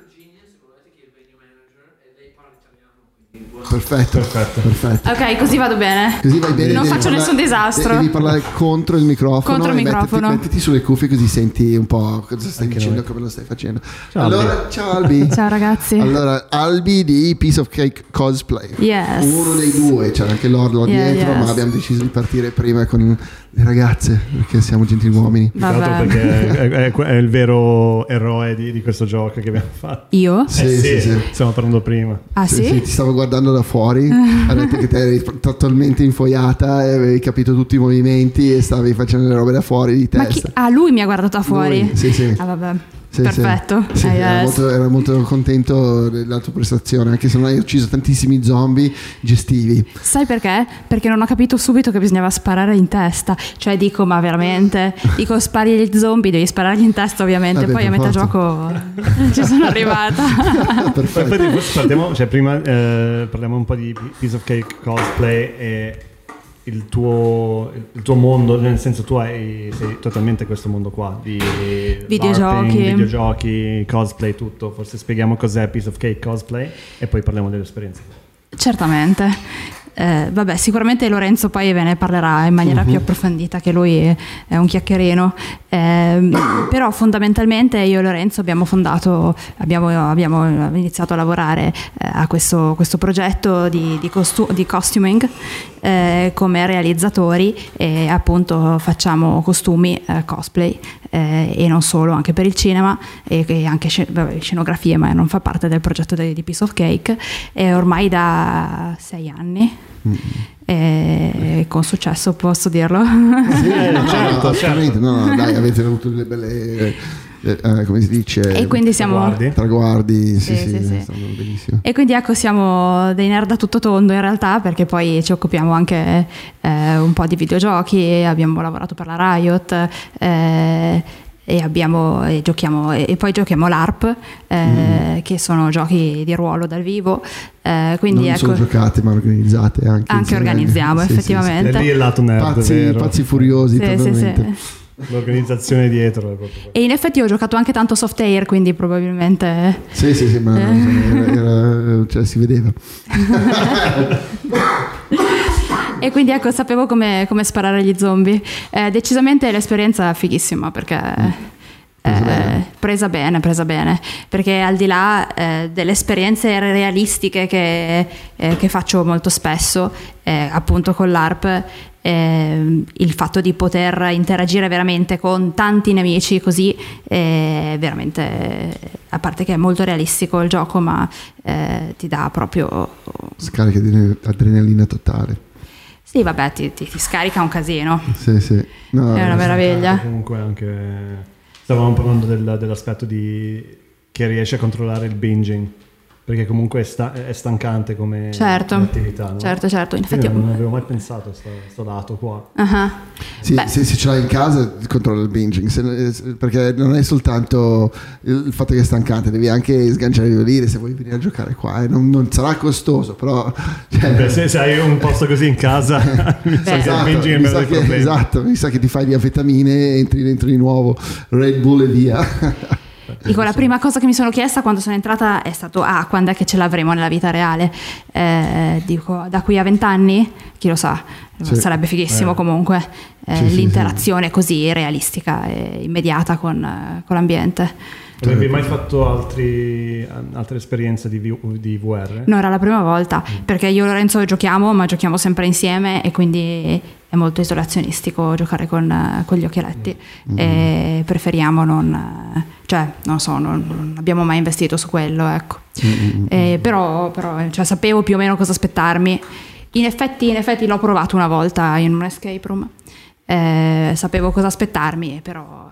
Perfetto, Perfetto. perfetto. Ok, così vado bene. Così vai bene. Non devi faccio parlare- nessun disastro. Devi parlare contro il microfono. Contro il e microfono. Mettiti, mettiti sulle cuffie così senti un po' cosa stai Anche dicendo, noi. come lo stai facendo. Ciao, allora, Albi. ciao Albi. Ciao ragazzi. Allora, Albi di Piece of Cake Cosplay. Yes. Uno dei due, c'era anche Lord là Yeah, dietro, yes. ma abbiamo deciso di partire prima con le ragazze, perché siamo gentiluomini. Più che altro Vabbè. perché è, è- è il vero eroe di, di questo gioco che abbiamo fatto. Io? Sì, Eh sì, sì. Stiamo parlando prima. Ah Sì, sì? sì, ti stavo guardando da fuori, ha detto che te eri totalmente infoiata e avevi capito tutti i movimenti e stavi facendo le robe da fuori di Ma chi... testa. Ah, lui mi ha guardato da fuori. Lui, sì, sì. Ah, vabbè. Sì, Perfetto. sì. Sì, Eh, era, yes. molto, era molto contento della tua prestazione, anche se non hai ucciso tantissimi zombie gestivi. Sai perché? Perché non ho capito subito che bisognava sparare in testa. Cioè dico, ma veramente? Dico, spari gli zombie, devi sparargli in testa ovviamente. Vabbè, Poi a per metà forza. gioco ci sono arrivata. Perfetto. Infatti, forse partiamo, cioè, prima eh, parliamo un po' di Piece of Cake Cosplay e il tuo, il tuo mondo, nel senso tu hai, sei totalmente questo mondo qua di Videogiochi. LARPing, videogiochi, cosplay, tutto. Forse spieghiamo cos'è Piece of Cake Cosplay e poi parliamo dell'esperienza. Certamente. Eh, vabbè, sicuramente Lorenzo poi ve ne parlerà in maniera Mhm. più approfondita, che lui è, è un chiacchierino. Eh, però fondamentalmente io e Lorenzo abbiamo fondato, abbiamo, abbiamo iniziato a lavorare eh, a questo, questo progetto di, di, costu- di costuming eh, come realizzatori, e appunto facciamo costumi, eh, cosplay eh, e non solo, anche per il cinema e, e anche sce- vabbè, scenografie, ma non fa parte del progetto di, di Piece of Cake, e ormai da sei anni. E con successo, posso dirlo? Sì, no, no, certo, assolutamente. No, no, dai, avete avuto delle belle, eh, eh, come si dice, E quindi siamo Guardi. traguardi. Sì, Sì, sì, sì, sì. è stato bellissimo. E quindi ecco, siamo dei nerd a tutto tondo in realtà, perché poi ci occupiamo anche eh, un po' di videogiochi, abbiamo lavorato per la Riot, eh, e abbiamo e giochiamo e, e poi giochiamo l'ARP, eh, mm. che sono giochi di ruolo dal vivo. Eh, quindi non ecco, solo giocate ma organizzate anche. Anche organizziamo, sì, effettivamente. Sì, sì. È lì il lato nerd, pazzi, vero. pazzi furiosi, sì, totalmente. Sì, sì. L'organizzazione dietro è proprio... E in effetti ho giocato anche tanto soft air, quindi probabilmente sì sì sì, ma eh. era, era, cioè, si vedeva. E quindi ecco, sapevo come, come sparare agli zombie. Eh, decisamente l'esperienza fighissima, perché Presa, eh, bene. presa bene, presa bene, perché al di là eh, delle esperienze realistiche che, eh, che faccio molto spesso, eh, appunto con l'ARP, eh, il fatto di poter interagire veramente con tanti nemici così, eh, veramente, a parte che è molto realistico il gioco, ma eh, ti dà proprio scarica di adrenalina totale. Sì, vabbè, ti, ti, ti scarica un casino. Sì, sì. No, è una meraviglia. Comunque anche stavamo parlando del, dell'aspetto di che riesce a controllare il binging, perché comunque è, sta, è stancante come certo, attività, no? Certo, certo. Infatti io non avevo mai pensato a questo lato qua. Uh-huh. Sì, se, se ce l'hai in casa controlla il binging, se, perché non è soltanto il fatto che è stancante, devi anche sganciare i violini se vuoi venire a giocare qua, eh. non, non sarà costoso, però cioè... Beh, se, se hai un posto così in casa mi sa esatto, che il binging è mi meno sa del che, problema. esatto, mi sa che ti fai di anfetamine, entri dentro di nuovo Red Bull e via. Dico, la prima cosa che mi sono chiesta quando sono entrata è stato: ah, quando è che ce l'avremo nella vita reale? Eh, dico, da qui a vent'anni? Chi lo sa, sì. Sarebbe fighissimo eh. comunque eh, sì, l'interazione sì, così realistica e immediata con, eh, con l'ambiente. Avevi mai fatto altri, altre esperienze di, v, di V R? No, era la prima volta, mm. perché io e Lorenzo giochiamo, ma giochiamo sempre insieme e quindi è molto isolazionistico giocare con, con gli occhialetti mm. e preferiamo non, cioè non so, non, non abbiamo mai investito su quello, ecco. Mm. E però, però cioè, sapevo più o meno cosa aspettarmi. In effetti, in effetti l'ho provato una volta in un escape room, eh, sapevo cosa aspettarmi, però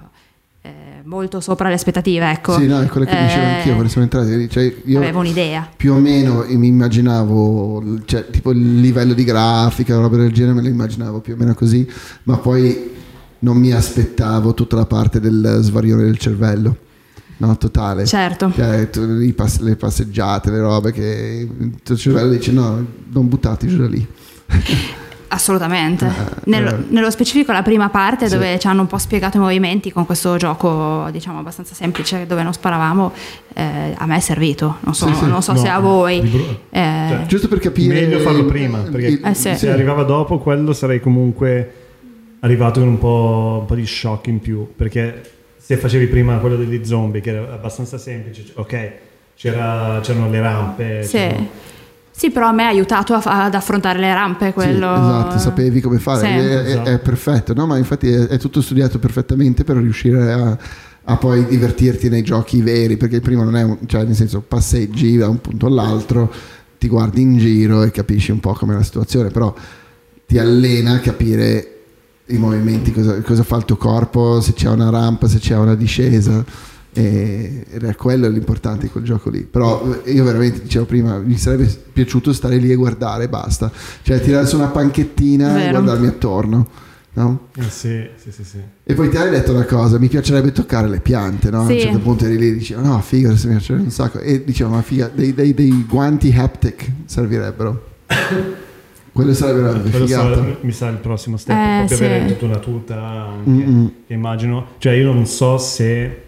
molto sopra le aspettative, ecco. Sì, no, è quello che eh, dicevo anch'io quando siamo entrati, cioè, io avevo un'idea. Più o meno mi immaginavo, cioè, tipo il livello di grafica, roba del genere, me lo immaginavo più o meno così, ma poi non mi aspettavo tutta la parte del svarione del cervello. No, totale. Certo. Cioè, tu, le, pass- le passeggiate, le robe che il tuo cervello dice no, non buttati giù da lì. Assolutamente. Eh, nello, eh. nello specifico la prima parte, sì, dove ci hanno un po' spiegato i movimenti con questo gioco, diciamo, abbastanza semplice, dove non sparavamo, eh, a me è servito, non so, sì, sì. Non so no, se a voi bru- eh, cioè, giusto per capire, meglio farlo prima, perché eh, sì. se arrivava dopo quello sarei comunque arrivato con un po', un po' di shock in più, perché se facevi prima quello degli zombie, che era abbastanza semplice, ok, c'era, c'erano le rampe, sì. c'erano... Sì, però a me ha aiutato a, ad affrontare le rampe, quello... Sì, esatto, sapevi come fare, sì. è, è, esatto. è perfetto, no? Ma infatti è, è tutto studiato perfettamente per riuscire a, a poi divertirti nei giochi veri, perché il primo non è, un, cioè nel senso passeggi da un punto all'altro, ti guardi in giro e capisci un po' com'è la situazione, però ti allena a capire i movimenti, cosa, cosa fa il tuo corpo, se c'è una rampa, se c'è una discesa. Ed è quello l'importante di quel gioco lì. Però io veramente, dicevo prima, mi sarebbe piaciuto stare lì e guardare e basta, cioè tirare su una panchettina Vero. e guardarmi attorno, no? Eh sì, sì, sì, sì. E poi ti hai detto una cosa, mi piacerebbe toccare le piante, no? Sì. A un certo punto eri lì e dicevo no figa, adesso mi piacerebbe un sacco, e dicevo ma figa, dei, dei, dei guanti haptic servirebbero. Quello sarebbe una Quello figata. sarà, mi sa il prossimo step, eh, proprio sì. avere tutta una tuta anche, che immagino, cioè io non so se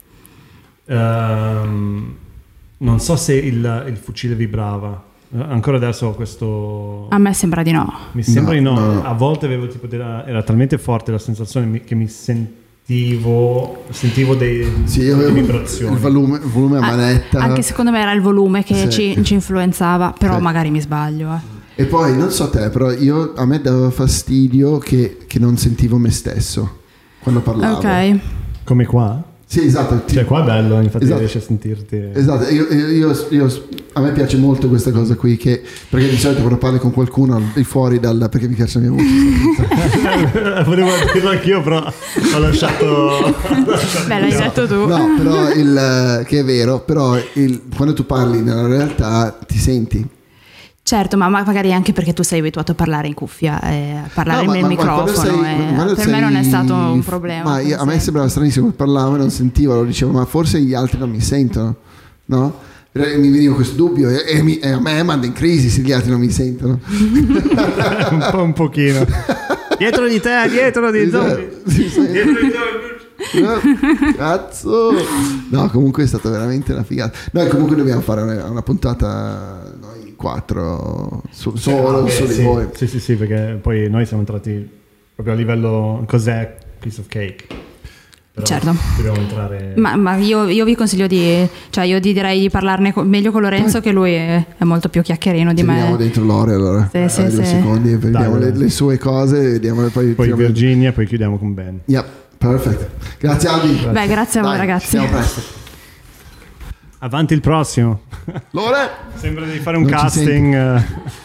um, non so se il, il fucile vibrava, ancora adesso ho questo, a me sembra di no, mi sembra no, di no. no. A volte avevo tipo della, era talmente forte la sensazione che mi sentivo sentivo dei, sì, delle vibrazioni, il volume, il volume a manetta, anche secondo me era il volume che sì. ci, ci influenzava, però sì. magari mi sbaglio, eh. E poi non so te, però io, a me dava fastidio che, che non sentivo me stesso quando parlavo. Ok. come qua. Sì, esatto. Ti... Cioè qua è bello, infatti esatto. riesci a sentirti. Esatto, io, io, io, io, a me piace molto questa cosa qui, che perché di solito quando parli con qualcuno al di fuori dal, perché mi piace la mia voce. Volevo dirlo anch'io, però ho lasciato. Beh, l'hai detto tu. No, però il, che è vero, però il, quando tu parli nella realtà ti senti. Certo, ma magari anche perché tu sei abituato a parlare in cuffia, eh, a parlare no, nel ma, microfono. Ma sei, eh, per sei, me non è stato un problema. Ma io, a me sembrava stranissimo, parlavo e non sentivo, allora dicevo, ma forse gli altri non mi sentono, no? E mi veniva questo dubbio e, e, mi, e a me manda in crisi se gli altri non mi sentono. un po' un pochino. Dietro di te, dietro di zombie. Dietro di te. No, cazzo, no, comunque è stata veramente una figata. Noi comunque dobbiamo fare una, una puntata noi quattro su, solo eh, su sì, di voi. sì sì sì perché poi noi siamo entrati proprio a livello cos'è piece of cake. Però certo, dobbiamo entrare. Ma, ma io, io vi consiglio di, cioè io ti direi di parlarne co- meglio con Lorenzo, che lui è, è molto più chiacchierino di Ci me. vediamo dentro Lore allora. Sì, sì, eh, due sì. secondi e vediamo Dai, le, le sue cose e vediamo poi. Poi tiriamo- Virginia, poi chiudiamo con Ben. Yeah, perfetto. Grazie Albi. Beh, grazie a voi Dai, ragazzi. Siamo presto. Avanti il prossimo. Lore. Sembra di fare un Non ci casting. eh.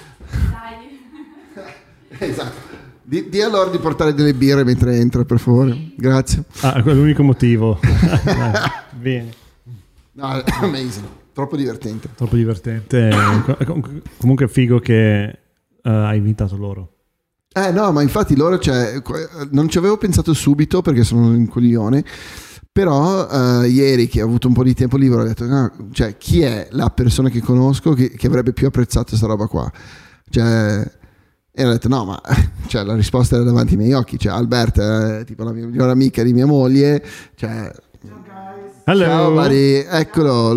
Esatto. Di, di allora di portare delle birre mentre entra, per favore. Grazie. Ah, quello è l'unico motivo. Dai, vieni. No, è amazing. Troppo divertente. Troppo divertente. Com- Comunque è figo che eh, hai invitato loro. Eh no, ma infatti loro, cioè, non ci avevo pensato subito perché sono un coglione, però uh, ieri che ho avuto un po' di tempo libero ho detto, no, cioè, chi è la persona che conosco che, che avrebbe più apprezzato questa roba qua? Cioè, e ho detto no, ma cioè, la risposta era davanti ai miei occhi, cioè Alberta è tipo la mia migliore amica di mia moglie, cioè... Hello. Ciao Mari, eccolo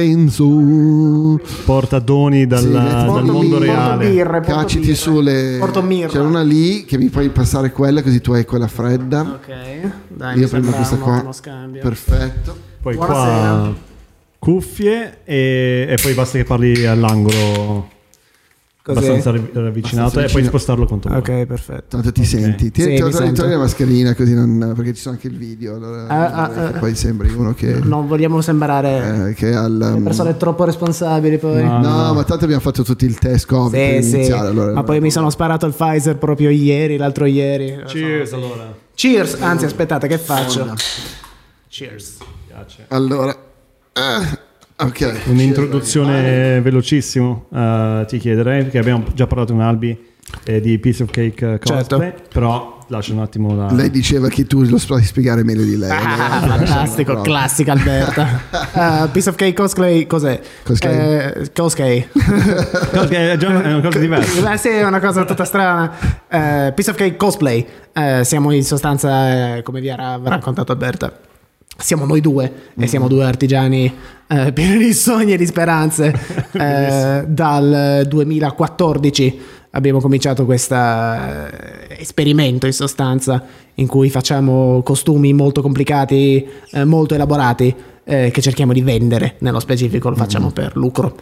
Lorenzo. Porta doni dal, Sì, dal porto mondo birre, reale. birre, porto Caciti birre. sulle. Porto mirra. C'è una lì che mi puoi passare quella così tu hai quella fredda. Ok, dai, Io mi prendo sembra questa un qua. ottimo scambio. Perfetto. Poi Buonasera. qua cuffie e, e poi basta che parli all'angolo Così? abbastanza rav- ravvicinato Abbastanza e poi vicino. spostarlo contro me. Ok, perfetto. Tanto ti Ok. senti. Ti, Sì, ti mi ho tolto sento. la mascherina così non, perché ci sono anche il video. Allora, Ah, non vorrei ah, che ah. poi sembri uno che. Non vogliamo sembrare eh, che al, um, persone troppo responsabili poi. No. no, ma tanto abbiamo fatto tutti il test Covid per Sì, sì. iniziare. Allora, Ma poi mi sono sparato il Pfizer proprio ieri, l'altro ieri. Cheers allora. Cheers, anzi aspettate, che faccio? Onda. Cheers. Piace. Allora, eh, ok. Un'introduzione velocissimo eh, ti chiederei perché abbiamo già parlato con Albi eh, di Piece of Cake eh, cosplay, Certo. però lascio un attimo la... Lei diceva che tu lo sai spiegare meglio di lei. Ah, allora, fantastico, no. classica Alberta. Uh, piece of cake cosplay, cos'è? Cosplay. Eh, cosplay. No, che è già è una cosa diversa. Eh, sì, è una cosa tutta strana. Eh, piece of cake cosplay. Eh, siamo in sostanza, eh, come vi ha raccontato Alberta, siamo noi due e siamo due artigiani eh, pieni di sogni e di speranze. Eh, dal duemilaquattordici abbiamo cominciato questo esperimento in sostanza in cui facciamo costumi molto complicati, eh, molto elaborati, eh, che cerchiamo di vendere. Nello specifico lo facciamo per lucro.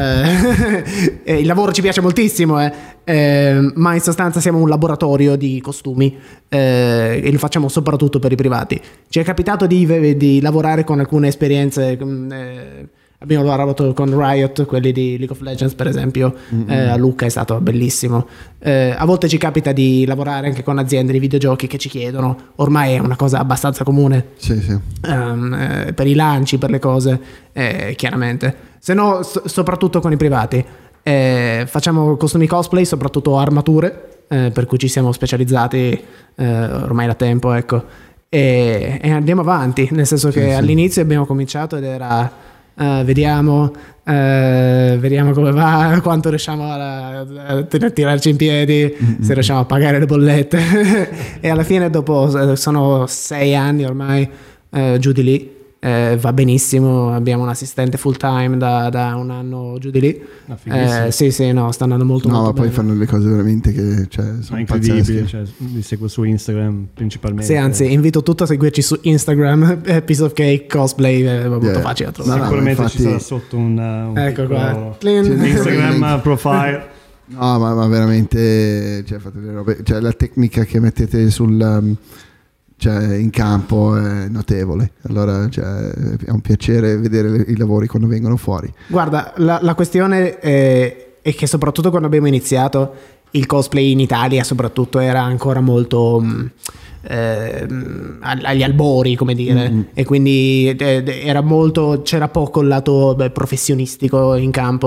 Eh, e il lavoro ci piace moltissimo, eh, eh, ma in sostanza siamo un laboratorio di costumi, eh, e lo facciamo soprattutto per i privati. Ci è capitato di, di lavorare con alcune esperienze. eh, Abbiamo lavorato con Riot, quelli di League of Legends per esempio, mm-hmm. eh, a Lucca è stato bellissimo. Eh, a volte ci capita di lavorare anche con aziende di videogiochi che ci chiedono, ormai è una cosa abbastanza comune, Sì, sì. um, eh, per i lanci, per le cose, eh, chiaramente. Se no, so- soprattutto con i privati. Eh, facciamo costumi cosplay, soprattutto armature, eh, per cui ci siamo specializzati eh, ormai da tempo, ecco. E, e andiamo avanti, nel senso che Sì, sì. all'inizio abbiamo cominciato ed era... Uh, vediamo, uh, vediamo come va, quanto riusciamo a, a tirarci in piedi, mm-hmm. se riusciamo a pagare le bollette. E alla fine, dopo sono sei anni ormai, uh, giù di lì, eh, va benissimo. Abbiamo un assistente full time da, da un anno giù di lì. No, eh, sì, sì, no, sta andando molto, No, molto ma poi bene. fanno le cose veramente che cioè, Ma sono è incredibile, pazzesche. cioè, li seguo su Instagram principalmente. Sì, anzi, invito tutti a seguirci su Instagram, eh, Piece of Cake Cosplay, è molto Yeah. facile da trovare. No, no, Sicuramente infatti- ci sarà sotto un, un Ecco piccolo qua. Tlin. Instagram profile. No, ma, ma veramente cioè, fate delle robe, cioè, la tecnica che mettete sul, um, cioè, in campo è notevole. Allora cioè, è un piacere vedere le- i lavori quando vengono fuori. Guarda, la, la questione è, è che soprattutto quando abbiamo iniziato il cosplay in Italia soprattutto era ancora molto mh, eh, ag- agli albori, come dire, Mm. e quindi eh, era molto, c'era poco il lato beh, professionistico in campo,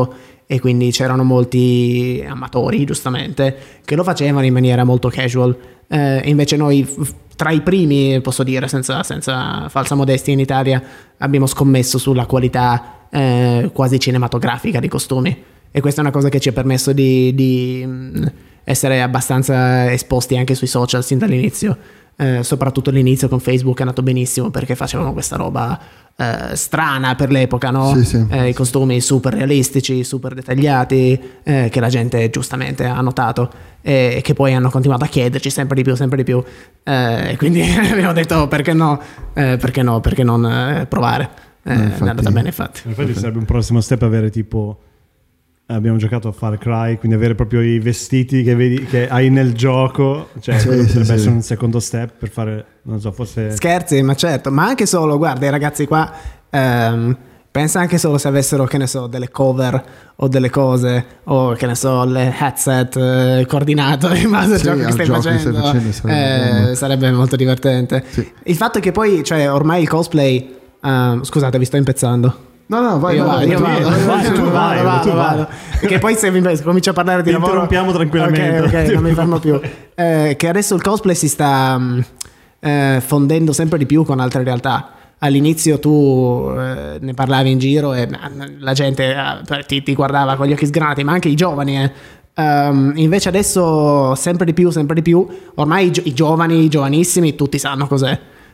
e quindi c'erano molti amatori, giustamente, che lo facevano in maniera molto casual. Eh, invece noi, f- tra i primi, posso dire senza, senza falsa modestia, in Italia abbiamo scommesso sulla qualità eh, quasi cinematografica di costumi, e questa è una cosa che ci ha permesso di, di mh, essere abbastanza esposti anche sui social sin dall'inizio. Eh, soprattutto all'inizio con Facebook è andato benissimo perché facevano questa roba eh, strana per l'epoca, no? Sì, sì. Eh, i costumi super realistici, super dettagliati, eh, che la gente giustamente ha notato e, e che poi hanno continuato a chiederci sempre di più, sempre di più, eh, e quindi abbiamo detto perché no, eh, perché no, perché non eh, provare. Eh, no, infatti, è andata bene, infatti. Infatti sarebbe un prossimo step avere tipo, abbiamo giocato a Far Cry, quindi avere proprio i vestiti che vedi che hai nel gioco, cioè sì, potrebbe sì, essere sì. un secondo step per fare, non so, forse Scherzi, ma certo, ma anche solo, guarda, i ragazzi qua, ehm, pensa anche solo se avessero, che ne so, delle cover o delle cose, o che ne so, le headset eh, coordinato in base al Sì, gioco che al stai gioco che facendo, stai facendo, sarebbe eh, bello. sarebbe molto divertente. Sì. Il fatto è che poi, cioè, ormai il cosplay, ehm, scusate, vi sto impezzando. No, no, vai, io vai, vado, io vai, vado, vai, io vai, vado, tu vado, vai, vado, tu vado. Che poi se mi comincio a parlare di Ti lavoro, interrompiamo tranquillamente. ok, ok, non mi fermo più. Eh, che adesso il cosplay si sta mh, eh, fondendo sempre di più con altre realtà. All'inizio tu eh, ne parlavi in giro e eh, la gente eh, ti, ti guardava con gli occhi sgranati, ma anche i giovani, eh. Um, invece adesso sempre di più, sempre di più, ormai i, gio- i giovani, i giovanissimi, tutti sanno cos'è.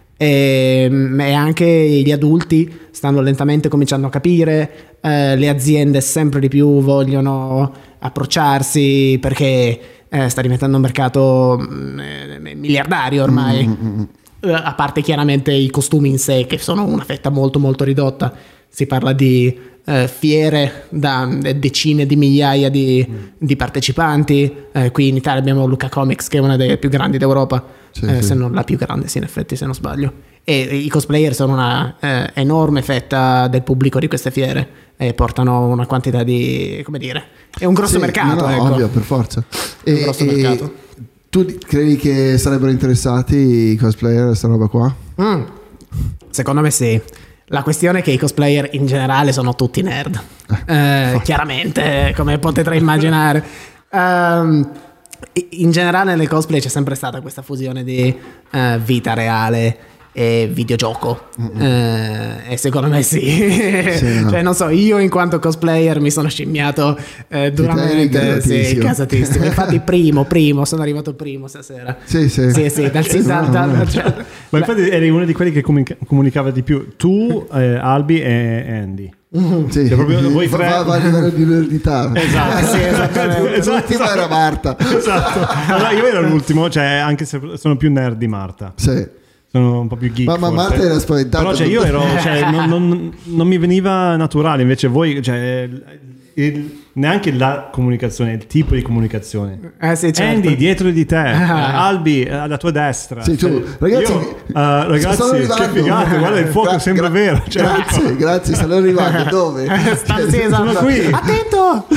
E, e anche gli adulti stanno lentamente cominciando a capire, eh, le aziende sempre di più vogliono approcciarsi perché eh, sta diventando un mercato mm, miliardario ormai. Mm-hmm. Eh, a parte chiaramente i costumi in sé che sono una fetta molto molto ridotta, si parla di eh, fiere da decine di migliaia di, mm. di partecipanti. Eh, qui in Italia abbiamo Lucca Comics, che è una delle più grandi d'Europa, sì, eh, sì. se non la più grande, sì, in effetti, se non sbaglio. E i cosplayer sono una eh, enorme fetta del pubblico di queste fiere e portano una quantità di, come dire, è un grosso Sì, mercato, no, no, ecco. ovvio, per forza. È un grosso mercato. Tu credi che sarebbero interessati i cosplayer a questa roba qua? Mm. Secondo me sì. La questione è che i cosplayer in generale sono tutti nerd, eh, chiaramente, come potete immaginare. Um, in generale nel cosplay c'è sempre stata questa fusione di uh, vita reale e videogioco, eh, e secondo me sì, sì no. Cioè non so, io in quanto cosplayer mi sono scimmiato eh, duramente, sì, casatissimo. Infatti primo, primo, sono arrivato primo stasera. Sì, sì. Sì, sì, dal, Sì, dal, no, dal, no. cioè, ma infatti eri uno di quelli che comunica- comunicava di più, tu, eh, Albi e Andy. Sì. Cioè, proprio voi tre- va, va a livello di verità. Esatto, sì, esattamente. esatto, L'ultima esatto. era Marta. Esatto. Allora, io ero l'ultimo, cioè anche se sono più nerd di Marta. Sì. Sono un po' più geek. Ma, ma forse. Marta era spaventata. Però cioè, io ero, cioè, non, non, non mi veniva naturale, invece voi, cioè, il, neanche la comunicazione, il tipo di comunicazione. Eh sì, certo. Andy dietro di te, ah. Albi alla tua destra. Sì, tu, ragazzi, io, uh, ragazzi, che figata, guarda il fuoco Gra- sembra gra- vero. Cioè, grazie, grazie, stanno arrivando. Dove? Sta- sì, esatto. sono qui. Attento!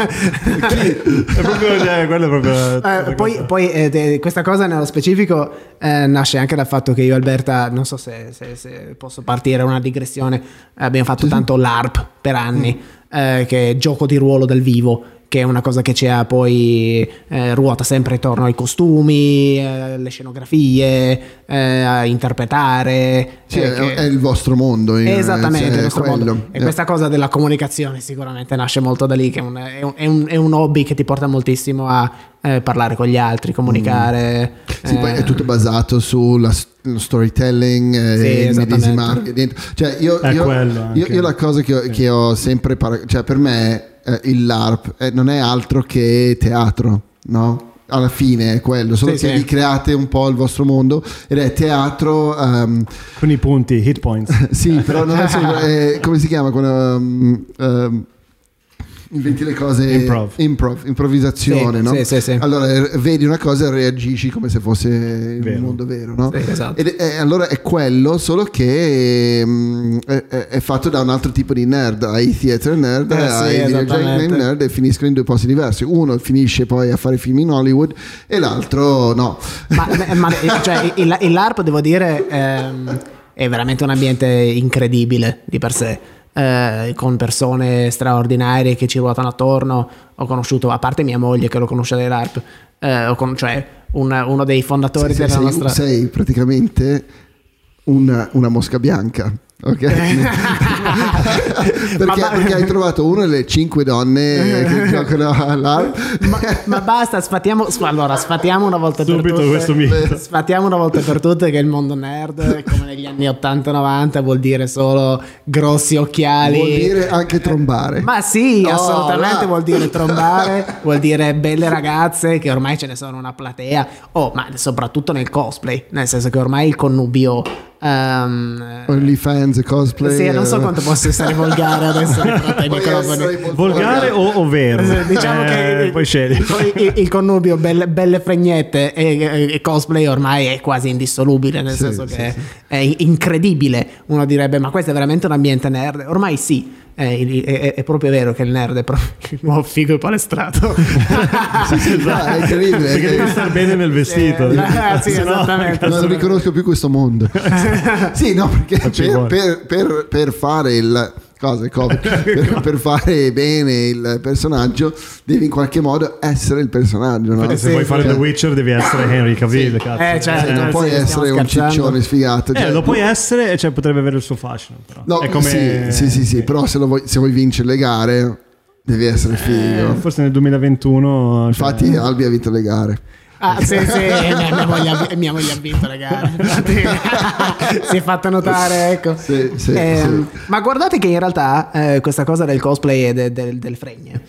è proprio, cioè, quello è proprio. Eh, poi poi eh, de- questa cosa nello specifico eh, nasce anche dal fatto che io e Alberta, non so se, se, se posso partire una digressione, abbiamo fatto tanto LARP per anni, mm. eh, che è gioco di ruolo dal vivo, che è una cosa che ci ha poi eh, ruota sempre intorno ai costumi, eh, le scenografie, eh, a interpretare. Sì, eh, è, che... è il vostro mondo. Esattamente, cioè, il nostro quello. mondo. E Eh. questa cosa della comunicazione sicuramente nasce molto da lì, che è un, è un, è un, è un hobby che ti porta moltissimo a eh, parlare con gli altri, comunicare. Mm. Sì, eh, poi è tutto basato sullo storytelling, eh, Sì, il esattamente. medesimare dentro. Cioè, io, È io, quello anche. io, io la cosa che ho, Sì. che ho sempre para- cioè per me eh, il LARP eh, non è altro che teatro, no? Alla fine è quello, solo Sì, che sì. vi create un po' il vostro mondo ed è teatro. Um, Con i punti, hit points. sì, però non è solo, è- come si chiama quando um, um, inventi le cose, Improv. improv improvvisazione, Sì, no? sì, sì, sì. Allora eh, vedi una cosa e reagisci come se fosse il Vero. mondo vero, no? Sì, esatto. Ed è, allora è quello, solo che mm, è, è- è fatto da un altro tipo di nerd. Hai theater nerd, Eh, sì, hai videogame esattamente. nerd e finiscono in due posti diversi. Uno finisce poi a fare film in Hollywood e l'altro no. Ma, ma- cioè, il, il LARP, devo dire, ehm, è veramente un ambiente incredibile di per sé. eh, con persone straordinarie che ci ruotano attorno. Ho conosciuto, a parte mia moglie che lo conosce dai LARP, eh, ho con- cioè un- uno dei fondatori sei, della sei, nostra... sei praticamente una, una mosca bianca. Ok, perché, Ma- perché hai trovato una delle cinque donne che giocano all'ARP. ma, ma basta, sfatiamo, sf- allora, sfatiamo una volta Subito per tutte. questo mito. Sfatiamo una volta per tutte che il mondo nerd, come negli anni ottanta novanta, vuol dire solo grossi occhiali. Vuol dire anche trombare. Ma sì, Oh, assolutamente là. vuol dire trombare, vuol dire belle ragazze, che ormai ce ne sono una platea. Oh, ma soprattutto nel cosplay, nel senso che ormai il connubio... Um, OnlyFans, cosplay. sì, non so quanto posso essere volgare adesso di fronte ai Puoi microfoni. essere molto Volgare o, o vero? Diciamo Eh, che poi scegli. il, il- il connubio belle, belle fregnette e, e- e cosplay ormai è quasi indissolubile, nel Sì, senso sì, che sì. è incredibile. Uno direbbe: ma questo è veramente un ambiente nerd? Ormai sì. È, è- è proprio vero che il nerd è proprio il nuovo figo e palestrato. Sì, sì, no, è incredibile. Perché devi stare bene nel vestito. Eh, ah, sì, Se no, esattamente. Non riconosco più questo mondo. Sì, no, perché Ma ci per, vuole. per- per- per fare il cosa, il Covid, per, per fare bene il personaggio devi in qualche modo essere il personaggio, no? Se sì, vuoi fare cioè- The Witcher devi essere Henry Cavill, cazzo. Eh, certo. Eh, non Eh, puoi sì, essere stiamo un scherzando. ciccione sfigato. Eh, cioè- lo puoi essere e cioè, potrebbe avere il suo fascino. Però. No, è come... sì, sì, sì, sì, però se, lo vuoi, se vuoi vincere le gare devi essere figo. Eh, forse nel duemilaventuno. Infatti cioè... Albi ha vinto le gare. Ah, sì, sì, e mia, mia moglie, ha- mia moglie ha vinto le gare. Infatti, si è fatta notare, ecco. Sì, sì, Ehm, sì. Ma guardate che in realtà eh, questa cosa del cosplay e de- del- del fregne.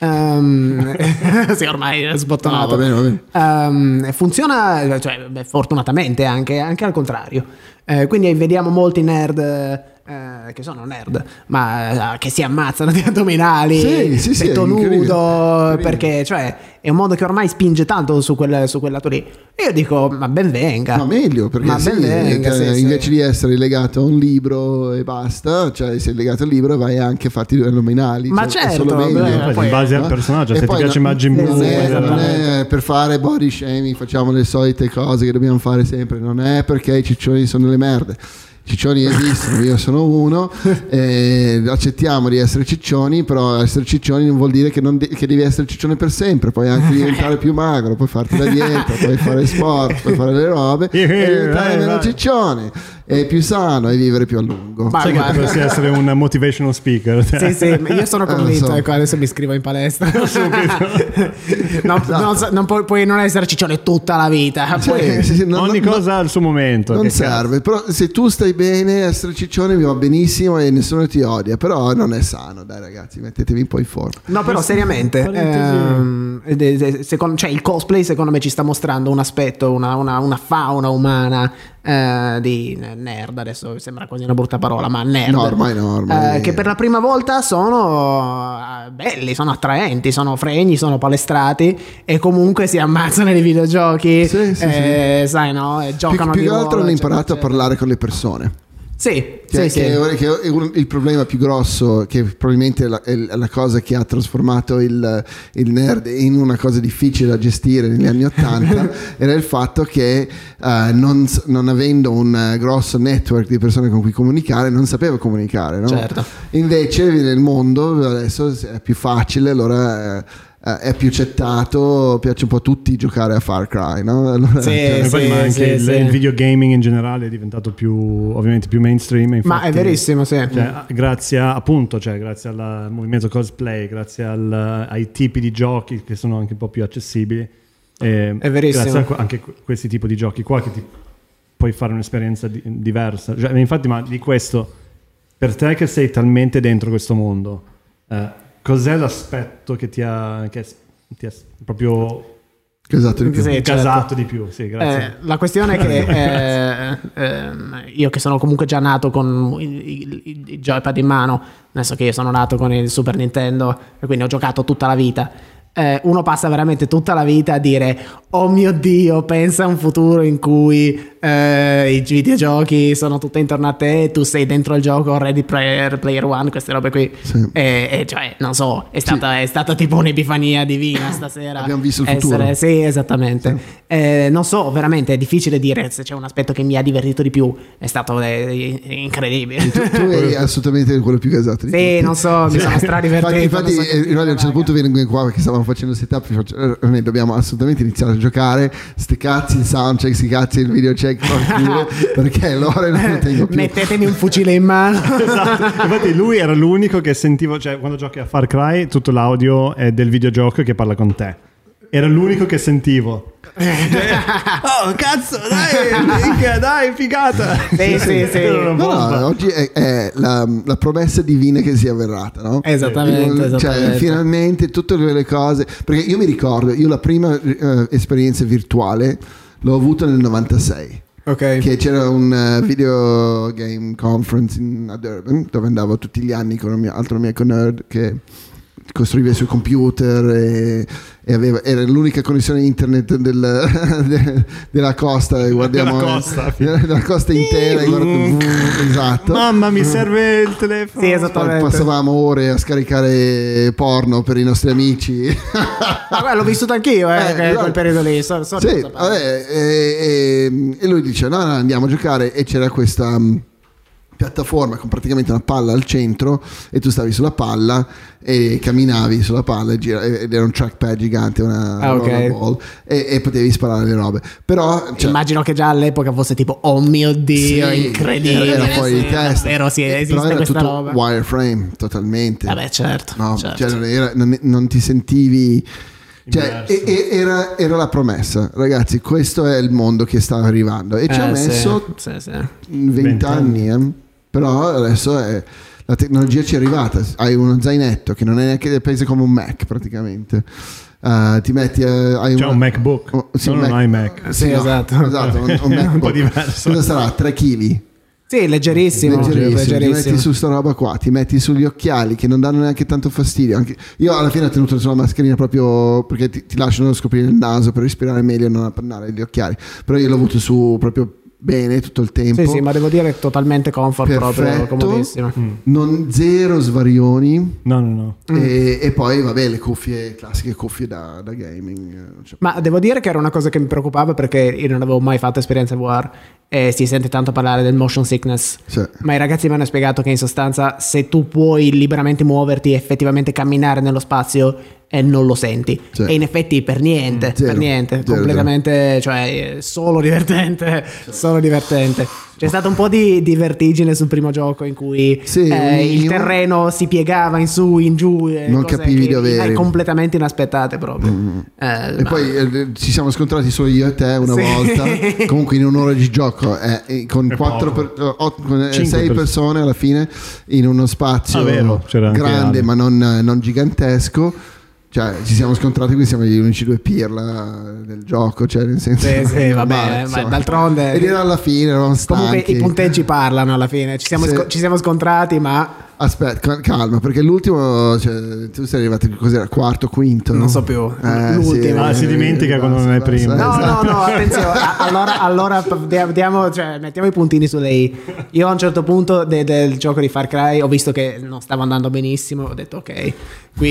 ehm, sì, ormai è No, sbottonato. va bene, va bene. Ehm, funziona, cioè, beh, fortunatamente anche, anche al contrario. Eh, quindi vediamo molti nerd eh, che sono nerd, ma eh, che si ammazzano di addominali, Sì, sì, sì, petto è incredibile. nudo, Incredibile. perché cioè è un mondo che ormai spinge tanto su quel, su quel lato lì. E io dico, ma ben venga. Ma meglio, perché Ma sì, ben venga, cioè, sì, sì. invece di essere legato a un libro e basta, cioè sei legato al libro e vai anche a farti due addominali. Ma cioè, è certo, solo meglio. beh, Poi, poi- in base al no? personaggio, E se ti poi piace no- Majin Buu, non è, eh, non è per fare body shaming, facciamo le solite cose che dobbiamo fare sempre, non è perché i ciccioni sono delle merde. I ciccioni esistono, io sono uno, eh, accettiamo di essere ciccioni, però essere ciccioni non vuol dire che, non de- che devi essere ciccione per sempre, puoi anche diventare più magro, puoi farti la dieta, puoi fare sport, puoi fare le robe e diventare Vai, meno vai. ciccione, e più sano e vivere più a lungo. Ma sai che guarda. potresti essere un motivational speaker. Sì, sì, io sono Eh, lo convinto, so. ecco, adesso mi iscrivo in palestra. No, non, so- non puoi, puoi non essere ciccione tutta la vita. Sì, Poi- sì, sì, non- Ogni non- cosa ha il suo momento. non che serve, però se tu stai bene essere ciccione vi va benissimo e nessuno ti odia, però non è sano, dai ragazzi, mettetevi un po' in forma. No, però seriamente, Parentesi. ehm, ed è- ed è- secondo- cioè, il cosplay secondo me ci sta mostrando un aspetto, una, una- una fauna umana eh, di nerd, adesso sembra quasi una brutta parola, ma nerd. No, ormai no, ormai- Eh, che per la prima volta sono eh, belli, sono attraenti, sono fregni, sono palestrati e comunque si ammazzano nei videogiochi, Sì, sì, eh, sai no, e Più, giocano più di che altro ruolo, hanno eccetera, imparato a eccetera. parlare con le persone. Sì, Che, sì, sì. che- che è un- il problema più grosso, che probabilmente è la, è la cosa che ha trasformato il, il nerd in una cosa difficile da gestire negli anni Ottanta, era il fatto che eh, non, s- non avendo un eh, grosso network di persone con cui comunicare, non sapeva comunicare. No? Certo. Invece nel mondo adesso è più facile, allora... eh, eh, è più accettato, piace un po' a tutti giocare a Far Cry, no? Allora, Sì, cioè, E poi, sì, ma anche sì, il, sì. il videogaming in generale è diventato più, ovviamente più mainstream. Ma infatti- è verissimo, sì. Cioè, grazie a, appunto, cioè, grazie al movimento cosplay, grazie al- ai tipi di giochi che sono anche un po' più accessibili. E È verissimo. Grazie a que- anche que- questi tipi di giochi qua che ti puoi fare un'esperienza di- diversa. Cioè, infatti, ma di questo, per te che sei talmente dentro questo mondo, eh, cos'è l'aspetto che ti ha, che ti ha proprio esatto, di più. Sì, casato certo. di più? Sì, grazie. Eh, la questione è che eh, ehm, io che sono comunque già nato con i, i- i- i joypad in mano, adesso che io sono nato con il Super Nintendo e quindi ho giocato tutta la vita, eh, uno passa veramente tutta la vita a dire oh mio Dio, pensa a un futuro in cui eh, i videogiochi sono tutti intorno a te, tu sei dentro il gioco, Ready Player, Player One, queste robe qui. Sì. E, e cioè, non so, è stata, sì. è stata tipo un'epifania divina stasera. Abbiamo visto il essere, futuro. Sì, esattamente. Sì. Eh, non so, veramente è difficile dire se c'è un aspetto che mi ha divertito di più. È stato eh, incredibile. Tu, tu eri assolutamente quello più casato di Sì, tutti. Non so, mi sono stradivertito. Infatti, infatti so eh, a un certo punto viene qua perché stavamo facendo il setup. Faccio, eh, dobbiamo assolutamente iniziare a giocare. Sti cazzi il soundcheck, sti cazzi il videocheck, perché l'ora non lo tengo più. Mettetemi un fucile in mano. Esatto. Infatti lui era l'unico che sentivo, cioè quando giochi a Far Cry tutto l'audio è del videogioco che parla con te. Era l'unico che sentivo. Oh cazzo, dai, minchia, dai, figata. Sì, sì, sì. No, no, oggi è, è la, la promessa divina che sia avverata, no? Esattamente, esattamente. Cioè, finalmente tutte le cose. Perché io mi ricordo, io la prima uh, esperienza virtuale l'ho avuta nel novantasei. Okay. Che c'era un uh, video game conference in, a Durban, dove andavo tutti gli anni con un mio, altro mio amico nerd che costruiva i suoi computer e, e aveva, era l'unica connessione internet del, de, della costa, guardiamo della costa, della, della costa intera. Guardiamo, esatto. Mamma, mi serve il telefono. Sì, esattamente. Passavamo ore a scaricare porno per i nostri amici. Ma guarda, l'ho vissuto anch'io eh, eh, quel periodo lì. So, so sì, vabbè, e, e, e lui dice no, no, andiamo a giocare, e c'era questa um, piattaforma con praticamente una palla al centro e tu stavi sulla palla e camminavi sulla palla e gira, ed era un trackpad gigante, una ah, okay. ball, e, e potevi sparare le robe. Però cioè, immagino che già all'epoca fosse tipo oh mio dio, sì, incredibile, era, era fuori di testa. Vero, sì, esiste però era questa tutto roba. Wireframe totalmente. Vabbè, certo, no, certo. Cioè, non, era, non, non ti sentivi. Cioè, e, e, era, era la promessa, ragazzi, questo è il mondo che sta arrivando, e ci eh, ha messo sì, sì, sì. venti anni, eh? Però adesso è, la tecnologia ci è arrivata. Hai uno zainetto che non è neanche pesa come un Mac praticamente. Uh, ti metti uh, hai c'è una, un MacBook, oh, sì, non un, un iMac. Sì, no, esatto, esatto un, un, un po' diverso. Cosa sarà? tre chili? Sì, leggerissimo, leggerissimo. leggerissimo. Ti metti su sta roba qua, ti metti sugli occhiali che non danno neanche tanto fastidio. Anche io alla fine ho tenuto sulla mascherina proprio perché ti, ti lasciano scoprire il naso per respirare meglio e non appannare gli occhiali. Però io l'ho avuto su proprio bene tutto il tempo. Sì, sì, ma devo dire totalmente comfort. Perfetto, proprio comodissimo. Mm. Non zero svarioni. No, no, no. E, mm. e poi vabbè, le cuffie classiche, cuffie da, da gaming. Cioè. Ma devo dire che era una cosa che mi preoccupava perché io non avevo mai fatto esperienza V R e si sente tanto parlare del motion sickness. Sì. Ma i ragazzi mi hanno spiegato che in sostanza se tu puoi liberamente muoverti e effettivamente camminare nello spazio e non lo senti, sì. E in effetti per niente, zero, per niente, zero, completamente zero. Cioè solo divertente, sì. Solo divertente. C'è stato un po' di, di vertigine sul primo gioco in cui sì, eh, il terreno si piegava in su, in giù, e non capivi dove eri, completamente inaspettate proprio. Mm. Eh, e ma... poi eh, ci siamo scontrati solo io e te una sì. volta. Comunque in un'ora di gioco eh, con, quattro per, otto, con sei persone alla fine in uno spazio ah, grande ma non, non gigantesco. Cioè ci siamo scontrati, qui siamo gli unici due pirla del gioco, cioè nel senso sì, sì, va bene, ma d'altronde ed era alla fine, eravamo stanchi. Comunque i punteggi parlano alla fine, ci siamo, sì. sc- ci siamo scontrati, ma aspetta, calma, perché l'ultimo, cioè, tu sei arrivato cos'era, quarto, quinto, non no? so più, eh, l'ultimo. Sì, ah, si dimentica eh, quando non è primo. No, esatto. no, no, attenzione. allora, allora diamo, cioè, mettiamo i puntini su lei. Io a un certo punto de- del gioco di Far Cry ho visto che non stava andando benissimo, ho detto ok, qui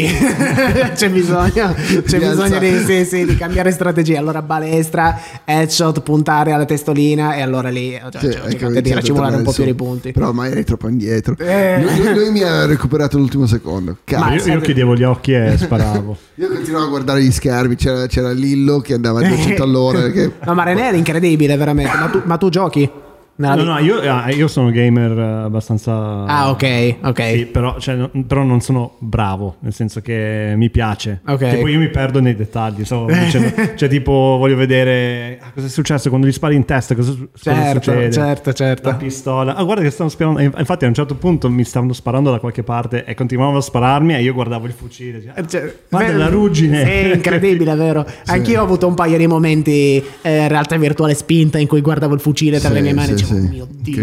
c'è bisogno, c'è bisogno di, sì, sì, di cambiare strategia. Allora balestra, headshot, puntare alla testolina, e allora lì cioè, sì, ho cercato di racimolare un po' più di punti. Però mai eri troppo indietro. Eh. Lui, lui mi ha recuperato l'ultimo secondo. Ma io, io chiudevo gli occhi e sparavo. Io continuavo a guardare gli schermi, c'era, c'era Lillo che andava a duecento all'ora. Perché... No, ma René era incredibile veramente. Ma tu, ma tu giochi? No, no, io, io sono gamer abbastanza. Ah, ok, ok. Sì, però, cioè, no, però non sono bravo, nel senso che mi piace. Ok. Tipo, io mi perdo nei dettagli. Stavo dicendo, cioè, tipo, voglio vedere ah, cosa è successo quando gli spari in testa. Cosa, certo, cosa succede? Certo, certo. La pistola. Ah, guarda che stavano sparando. Infatti, a un certo punto mi stavano sparando da qualche parte e continuavano a spararmi. E io guardavo il fucile. Cioè, cioè, guarda la ruggine. Sì, incredibile, vero? Sì. Anch'io ho avuto un paio di momenti eh, realtà virtuale spinta in cui guardavo il fucile tra sì, le mie mani. Sì, sì. Oh mio Dio.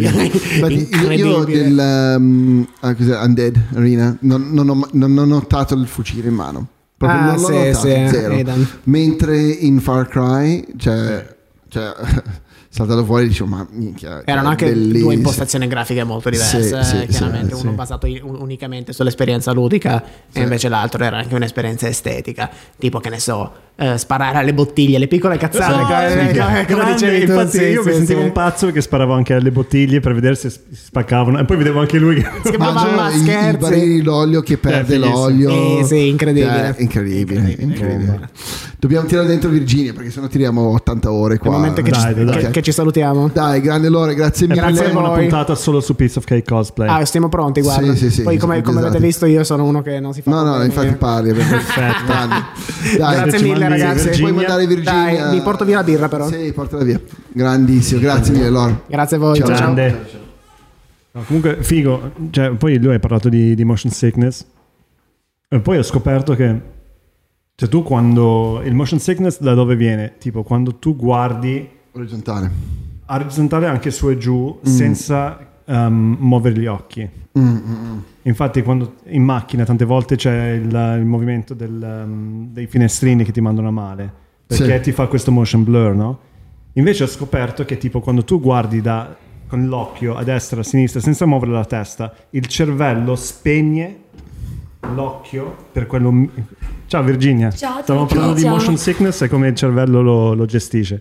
Io, io del um, ah, Undead Arena non, non, ho, non ho notato il fucile in mano. Proprio ah, non l'ho sì, notato, sì, zero. Aidan. Mentre in Far Cry, cioè, cioè saltato fuori, dicevo, ma minchia, erano anche bellissimo. Due impostazioni grafiche molto diverse, sì, sì, chiaramente sì, uno sì. basato in, unicamente sull'esperienza ludica sì. e invece l'altro era anche un'esperienza estetica, tipo che ne so, eh, sparare alle bottiglie, le piccole cazzate, No, come, sì, come, grande, come dicevi tu, infatti sì, io sì, mi sentivo sì. un pazzo perché sparavo anche alle bottiglie per vedere se si spaccavano e poi vedevo anche lui che Che Ma mamma, già, i, i scherzi. barili d'olio che perde fighissimo. l'olio. Sì, sì, incredibile. Cioè, incredibile, Incredibile. incredibile. Dobbiamo tirare dentro Virginia perché sennò tiriamo ottanta ore È qua. il momento che, Dai, ci, dai. che- che ci salutiamo. Dai, grande Lore, grazie mille. Grazie a una voi. puntata solo su Piece of Cake Cosplay. Ah, stiamo pronti, guarda. Sì, sì, sì, Poi come, siamo come avete esatti. visto io sono uno che non si fa No, no, problemi. infatti parli. è perfetto. Dai, Grazie ci mille mandi ragazzi. Virginia. puoi mandare Virginia. Dai, vi porto via la birra però. Sì, portala via. Grandissimo, grazie mille Lore. Grazie a voi. Ciao. Ciao, ciao. Grande. No, comunque figo, cioè, poi lui ha parlato di, di motion sickness e poi ho scoperto che cioè tu quando il motion sickness da dove viene? Tipo quando tu guardi Orizzontale. orizzontale anche su e giù senza um, muovere gli occhi. Mm, mm, mm. Infatti quando in macchina tante volte c'è il, il movimento del, um, dei finestrini che ti mandano a male perché Sì. ti fa questo motion blur, no? Invece ho scoperto che tipo quando tu guardi da, con l'occhio a destra, a sinistra senza muovere la testa, il cervello spegne l'occhio per quello. Ciao Virginia. Ciao, Stavamo ciao, parlando ciao. di motion sickness e come il cervello lo, lo gestisce.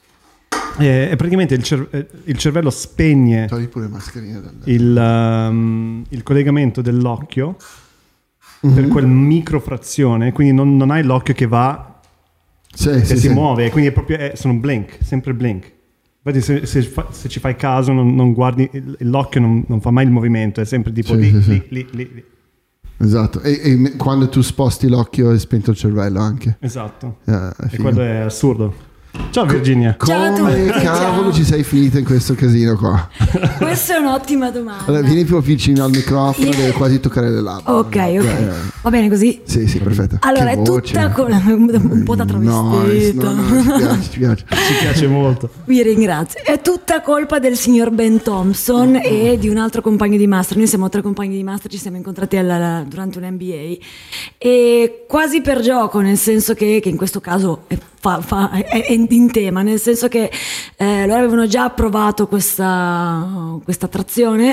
E, e praticamente il, cer- eh, il cervello spegne Togli pure le mascherine. Dal... il, um, il collegamento dell'occhio Mhm. per quel microfrazione, quindi non, non hai l'occhio che va Sì, che sì, si sì. muove, quindi è proprio, è- sono blink, sempre blink. Infatti se, se fa- se ci fai caso non, non guardi, il- l'occhio non, non fa mai il movimento, è sempre tipo Sì, lì, sì, sì. lì, lì, lì, lì. Esatto. E, e me- quando tu sposti l'occhio è spento il cervello anche. Esatto. Eh, è E figo. quello è assurdo. Ciao Virginia. Ciao a Come tutti, cavolo ciao. ci sei finita in questo casino qua? Questa è un'ottima domanda. Allora, vieni più vicino al microfono, Io- deve quasi toccare le labbra. Ok, ok. Eh, Va bene così? Sì, sì, perfetto. Allora, Che è voce. tutta con un po' da No, travestito. no, no, ci piace, ci piace. Ci piace molto. Vi ringrazio. È tutta colpa del signor Ben Thompson e di un altro compagno di master. Noi siamo tre compagni di master, ci siamo incontrati alla- durante un M B A e quasi per gioco, nel senso che, che in questo caso è, fa- fa- è- è in tema, nel senso che eh, loro avevano già approvato questa, questa attrazione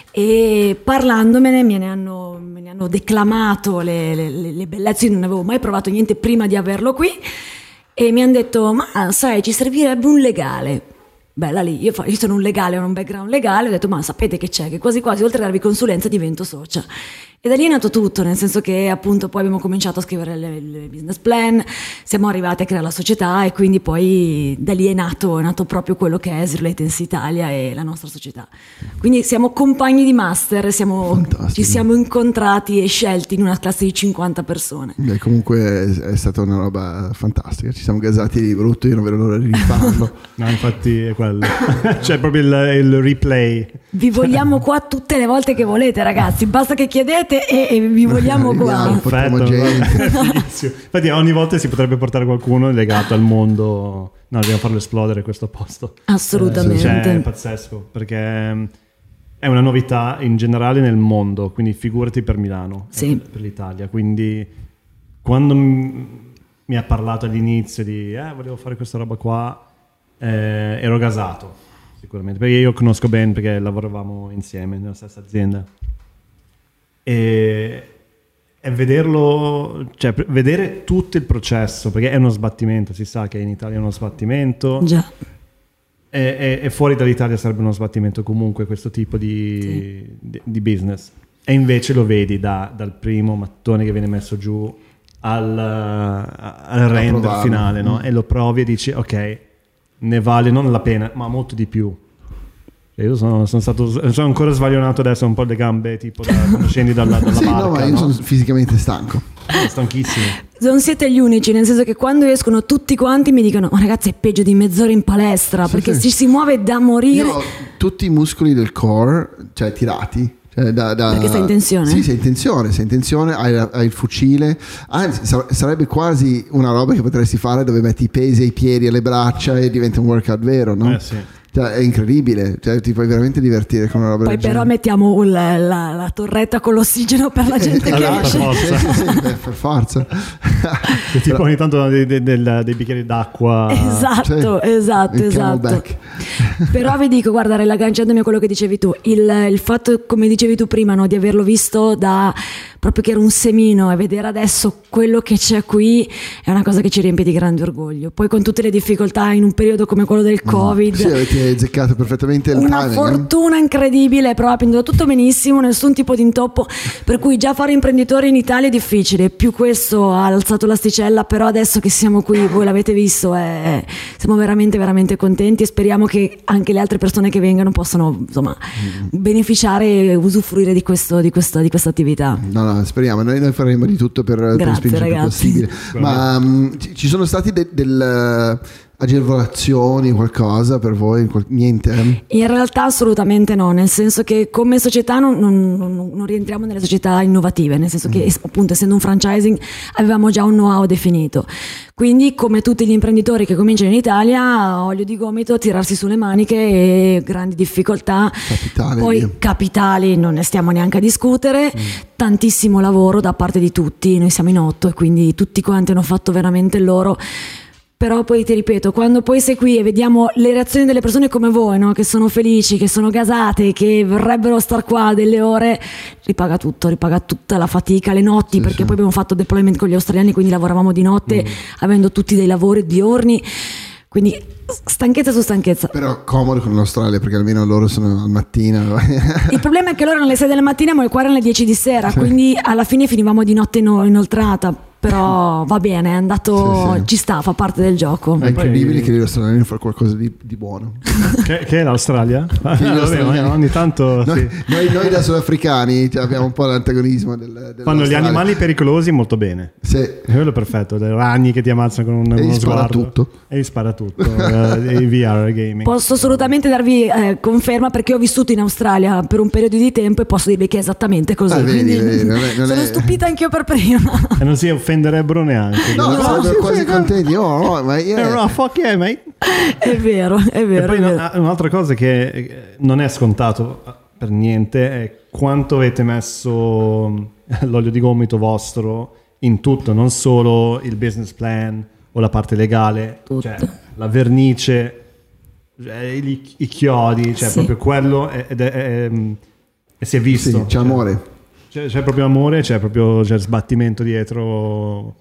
e parlandomene me ne hanno, me ne hanno declamato le, le, le bellezze. Io non avevo mai provato niente prima di averlo qui. E mi hanno detto, ma sai, ci servirebbe un legale. Bella lì, io, fa- io sono un legale, ho un background legale, ho detto, ma sapete che c'è? Che quasi quasi, oltre a darvi consulenza, divento socia. E da lì è nato tutto, nel senso che appunto poi abbiamo cominciato a scrivere le, le business plan, siamo arrivati a creare la società e quindi poi da lì è nato, è nato proprio quello che è Zero Latency Italia e la nostra società. Quindi siamo compagni di master, siamo, Fantastico. ci siamo incontrati e scelti in una classe di cinquanta persone. Beh, comunque è, è stata una roba fantastica. Ci siamo gasati di brutto, io non vedo l'ora di rifarlo. No, infatti è quello. C'è proprio il, il replay. Vi vogliamo qua tutte le volte che volete, ragazzi. Basta che chiedete e, e vi vogliamo qua. Arriviamo. Portiamo gente. Fighissimo. Infatti ogni volta si potrebbe portare qualcuno legato al mondo. No, dobbiamo farlo esplodere questo posto. Assolutamente. Cioè, è pazzesco perché è una novità in generale nel mondo, quindi figurati per Milano, Sì. per l'Italia. Quindi quando m- mi ha parlato all'inizio di eh, volevo fare questa roba qua, eh, ero gasato sicuramente, perché io conosco Ben perché lavoravamo insieme nella stessa azienda. E, e vederlo, cioè pre- vedere tutto il processo, perché è uno sbattimento, si sa che in Italia è uno sbattimento. Già. E, e- e fuori dall'Italia sarebbe uno sbattimento comunque questo tipo di, di, di business. E invece lo vedi da- dal primo mattone che viene messo giù al, al render provarlo. finale, no? Mm. E lo provi e dici ok, ne vale non la pena, ma molto di più. E io sono, sono stato sono ancora sbaglionato adesso, un po' le gambe tipo da, quando scendi dalla, dalla Sì, barca, no, ma io no? sono fisicamente stanco. Sono stanchissimo. Non siete gli unici, nel senso che quando escono tutti quanti mi dicono oh, ragazzi è peggio di mezz'ora in palestra, Sì, perché sì. ci si muove da morire. Io ho tutti i muscoli del core, cioè tirati. Cioè da, da- Perché sei in tensione? Sì, sei in tensione, sei in tensione, hai, hai il fucile. Anzi, sar- sarebbe quasi una roba che potresti fare dove metti i pesi ai piedi e alle braccia e diventa un workout vero, no? Eh sì. Cioè, è incredibile, cioè, ti puoi veramente divertire con una roba Poi del però genere. mettiamo un- la, la torretta con l'ossigeno per la gente che Esatto, esce. forza. Sì, sì, sì, beh, per forza. Che tipo ogni tanto dei, dei- del- dei bicchieri d'acqua. Esatto, Sì, esatto, il esatto. Camelback. Però vi dico, guarda, riagganciandomi a quello che dicevi tu, il, il fatto, come dicevi tu prima, no, di averlo visto da proprio che era un semino e vedere adesso quello che c'è qui è una cosa che ci riempie di grande orgoglio. Poi con tutte le difficoltà in un periodo come quello del Covid, Sì, avete azzeccato perfettamente il una timing. eh? fortuna incredibile, però ha penduto tutto benissimo, nessun tipo di intoppo, per cui già fare imprenditore in Italia è difficile, più questo ha alzato l'asticella, però adesso che siamo qui, voi l'avete visto, è- siamo veramente veramente contenti e speriamo che anche le altre persone che vengano possano insomma beneficiare e usufruire di questo di questa di questa attività. No, no, speriamo, noi, noi faremo di tutto per, per Grazie, spingere il più ragazzi. possibile. Ma mh, ci, ci sono stati de- del, uh, agevolazioni, qualcosa per voi? Qual- niente? eh? In realtà assolutamente no, nel senso che come società non, non- non- non rientriamo nelle società innovative, nel senso che appunto essendo un franchising avevamo già un know-how definito. Quindi come tutti gli imprenditori che cominciano in Italia, olio di gomito, tirarsi sulle maniche e grandi difficoltà. Capitale, Poi via. capitali non ne stiamo neanche a discutere, tantissimo lavoro da parte di tutti, noi siamo in otto e quindi tutti quanti hanno fatto veramente il loro. Però poi ti ripeto, quando poi sei qui e vediamo le reazioni delle persone come voi, no? Che sono felici, che sono gasate, che vorrebbero star qua delle ore, ripaga tutto, ripaga tutta la fatica, le notti, Sì, perché sì. poi abbiamo fatto deployment con gli australiani, quindi lavoravamo di notte, avendo tutti dei lavori diurni, quindi stanchezza su stanchezza. Però comodo con l'Australia perché almeno loro sono al mattino. Il problema è che loro erano le sei della mattina, ma qua erano le dieci di sera, quindi alla fine finivamo di notte ino- inoltrata. Però va bene, è andato, Sì, sì. ci sta, fa parte del gioco. È incredibile che gli australiani fanno qualcosa di, di buono. Che, che è l'Australia? Che gli Vabbè, australiani- ma ogni tanto Noi, sì. noi, noi da sudafricani cioè, abbiamo un po' l'antagonismo del, Fanno gli dell'Australia. animali pericolosi molto bene. Sì. E quello è perfetto, dei ragni che ti ammazzano con un, E gli uno spara sguardo. tutto. E gli spara tutto. eh, e i V R gaming. Posso assolutamente darvi eh, conferma perché ho vissuto in Australia per un periodo di tempo e posso dirvi che è esattamente così. Ah, vedi, quindi vedi, non è- non sono è- stupita anch'io per prima. E non si offenderebbero neanche. No, Dicono, sarebbero sì, quasi sì, contenti. Oh, no, ma io- eh, no, fuck yeah, mate. È vero, è E vero. poi è no- vero. ah, un'altra cosa che eh, non è scontato per niente è quanto avete messo l'olio di gomito vostro in tutto, non solo il business plan o la parte legale, Tutto. cioè la vernice, cioè, i, i chiodi, cioè Sì. proprio quello è- ed è, è- è- e si è visto. Sì, c'è amore. C'è, c'è proprio amore, c'è proprio c'è sbattimento dietro.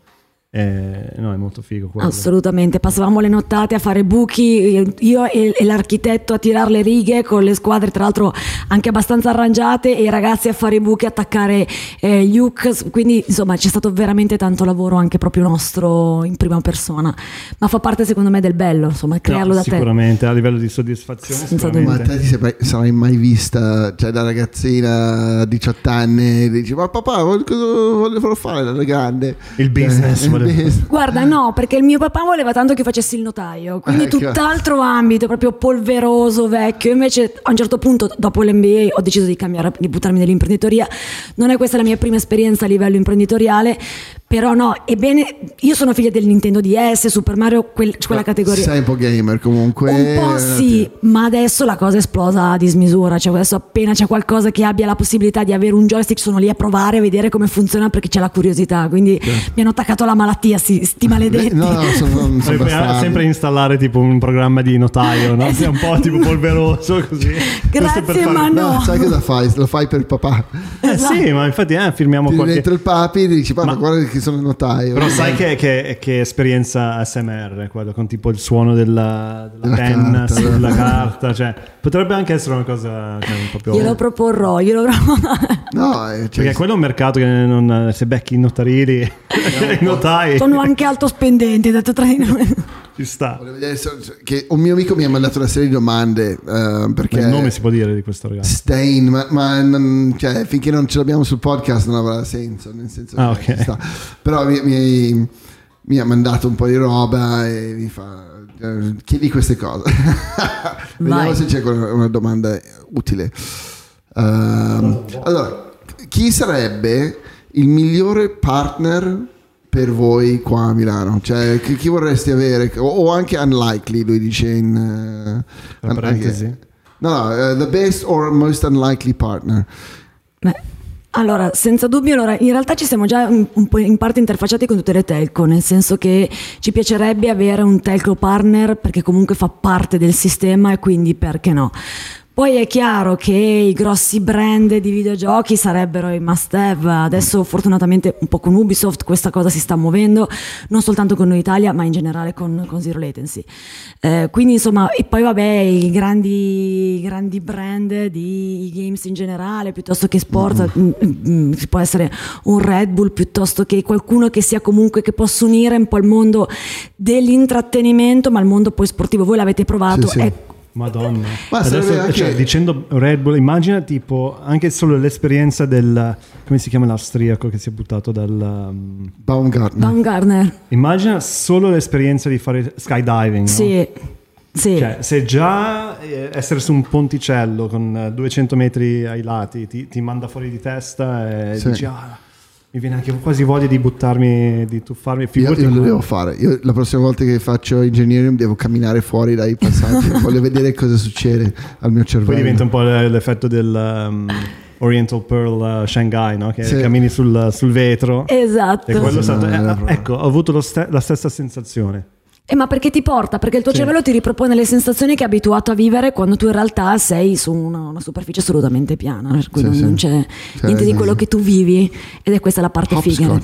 Eh, no, è molto figo quello. Assolutamente, passavamo le nottate a fare buchi, io e, e l'architetto a tirare le righe con le squadre tra l'altro anche abbastanza arrangiate e i ragazzi a fare i buchi, attaccare eh, gli hook, quindi insomma c'è stato veramente tanto lavoro anche proprio nostro in prima persona, ma fa parte secondo me del bello, insomma, crearlo No, da te. sicuramente a livello di soddisfazione Senza Ma sicuramente. te ti sei- sarai mai vista, cioè da ragazzina a diciotto anni, dici ma papà voglio- cosa volevo fare da grande? Il business, Eh, il volevo- business. Guarda, no, perché il mio papà voleva tanto che facessi il notaio, quindi Ecco. tutt'altro ambito, proprio polveroso, vecchio. Invece a un certo punto, dopo l'M B A, ho deciso di cambiare, di buttarmi nell'imprenditoria. Non è questa la mia prima esperienza a livello imprenditoriale, però no, ebbene, io sono figlia del Nintendo D S, Super Mario, quel- quella categoria. Sei un po' gamer comunque. Un po' sì, ma adesso la cosa è esplosa a dismisura, cioè adesso appena c'è qualcosa che abbia la possibilità di avere un joystick sono lì a provare, a vedere come funziona perché c'è la curiosità, quindi mi hanno attaccato la malattia, sti, sti maledetti. No, no, sono, sono Sempre, bastardi. sempre installare tipo un programma di notaio, no? Sia un po' tipo polveroso così. Questo Grazie, per fare- ma no. No, sai cosa fai? Lo fai per il papà. Eh, sì, ma infatti eh, firmiamo Ti qualche... dentro il papi e dici papà Ma- guarda che sono il notaio. Però sai che, che, che esperienza S M R quello, con tipo il suono della, della Della penna carta, sulla della- carta, cioè potrebbe anche essere una cosa cioè, proprio... Glielo proporrò, glielo proporrò. No, eh, cioè, Perché quello è un mercato che non, se becchi i notarili, i notai, Sono anche alto spendenti, detto tra di noi. ci sta. volevo vedere se- che un mio amico mi ha mandato una serie di domande eh, perché Ma il nome si può dire di questo ragazzo. Stain, ma, ma non- cioè, finché non ce l'abbiamo sul podcast non avrà senso, nel senso Ah, che ok. ci sta. Però mi, mi- mi ha mandato un po' di roba e mi fa eh, chiedi queste cose. Vediamo Vai. se c'è quella- una domanda utile. Ehm, allora, chi sarebbe il migliore partner per voi qua a Milano? Cioè, chi, chi vorresti avere? O, o anche unlikely, lui dice in uh, un, parentesi. No, no, uh, the best or most unlikely partner. Beh, allora, senza dubbio, allora, in realtà ci siamo già un, un po' in parte interfacciati con tutte le telco, nel senso che ci piacerebbe avere un telco partner perché comunque fa parte del sistema e quindi perché no. Poi è chiaro che i grossi brand di videogiochi sarebbero i must have. Adesso fortunatamente un po' con Ubisoft questa cosa si sta muovendo, non soltanto con noi Italia ma in generale con, con Zero Latency. Eh, quindi insomma, e poi vabbè i grandi, grandi brand di games in generale, piuttosto che sport, mm-hmm. ci può essere un Red Bull, piuttosto che qualcuno che sia comunque, che possa unire un po' il mondo dell'intrattenimento ma il mondo poi sportivo. Voi l'avete provato, sì, sì. È Madonna. Ma adesso, anche... cioè, dicendo Red Bull, immagina tipo anche solo l'esperienza del, come si chiama l'austriaco che si è buttato dal um... Baumgartner. Baumgartner. Immagina solo l'esperienza di fare skydiving, sì, no? Sì. Cioè, se già eh, essere su un ponticello con duecento metri ai lati ti, ti manda fuori di testa e sì. dici ah, mi viene anche quasi voglia di buttarmi, di tuffarmi. Io, io lo devo fare. Io la prossima volta che faccio engineering devo camminare fuori dai passaggi. Voglio vedere cosa succede al mio cervello. Poi diventa un po' l'effetto del um, Oriental Pearl uh, Shanghai, no? Che sì. cammini sul, sul vetro. Esatto. E quello sì, stato, no, eh, ecco, ho avuto lo ste- la stessa sensazione. Eh, ma perché ti porta? Perché il tuo sì. cervello ti ripropone le sensazioni che è abituato a vivere quando tu in realtà sei su una, una superficie assolutamente piana, per cui sì, non, sì. non c'è sì, niente sì, di quello sì. che tu vivi, ed è questa la parte figa.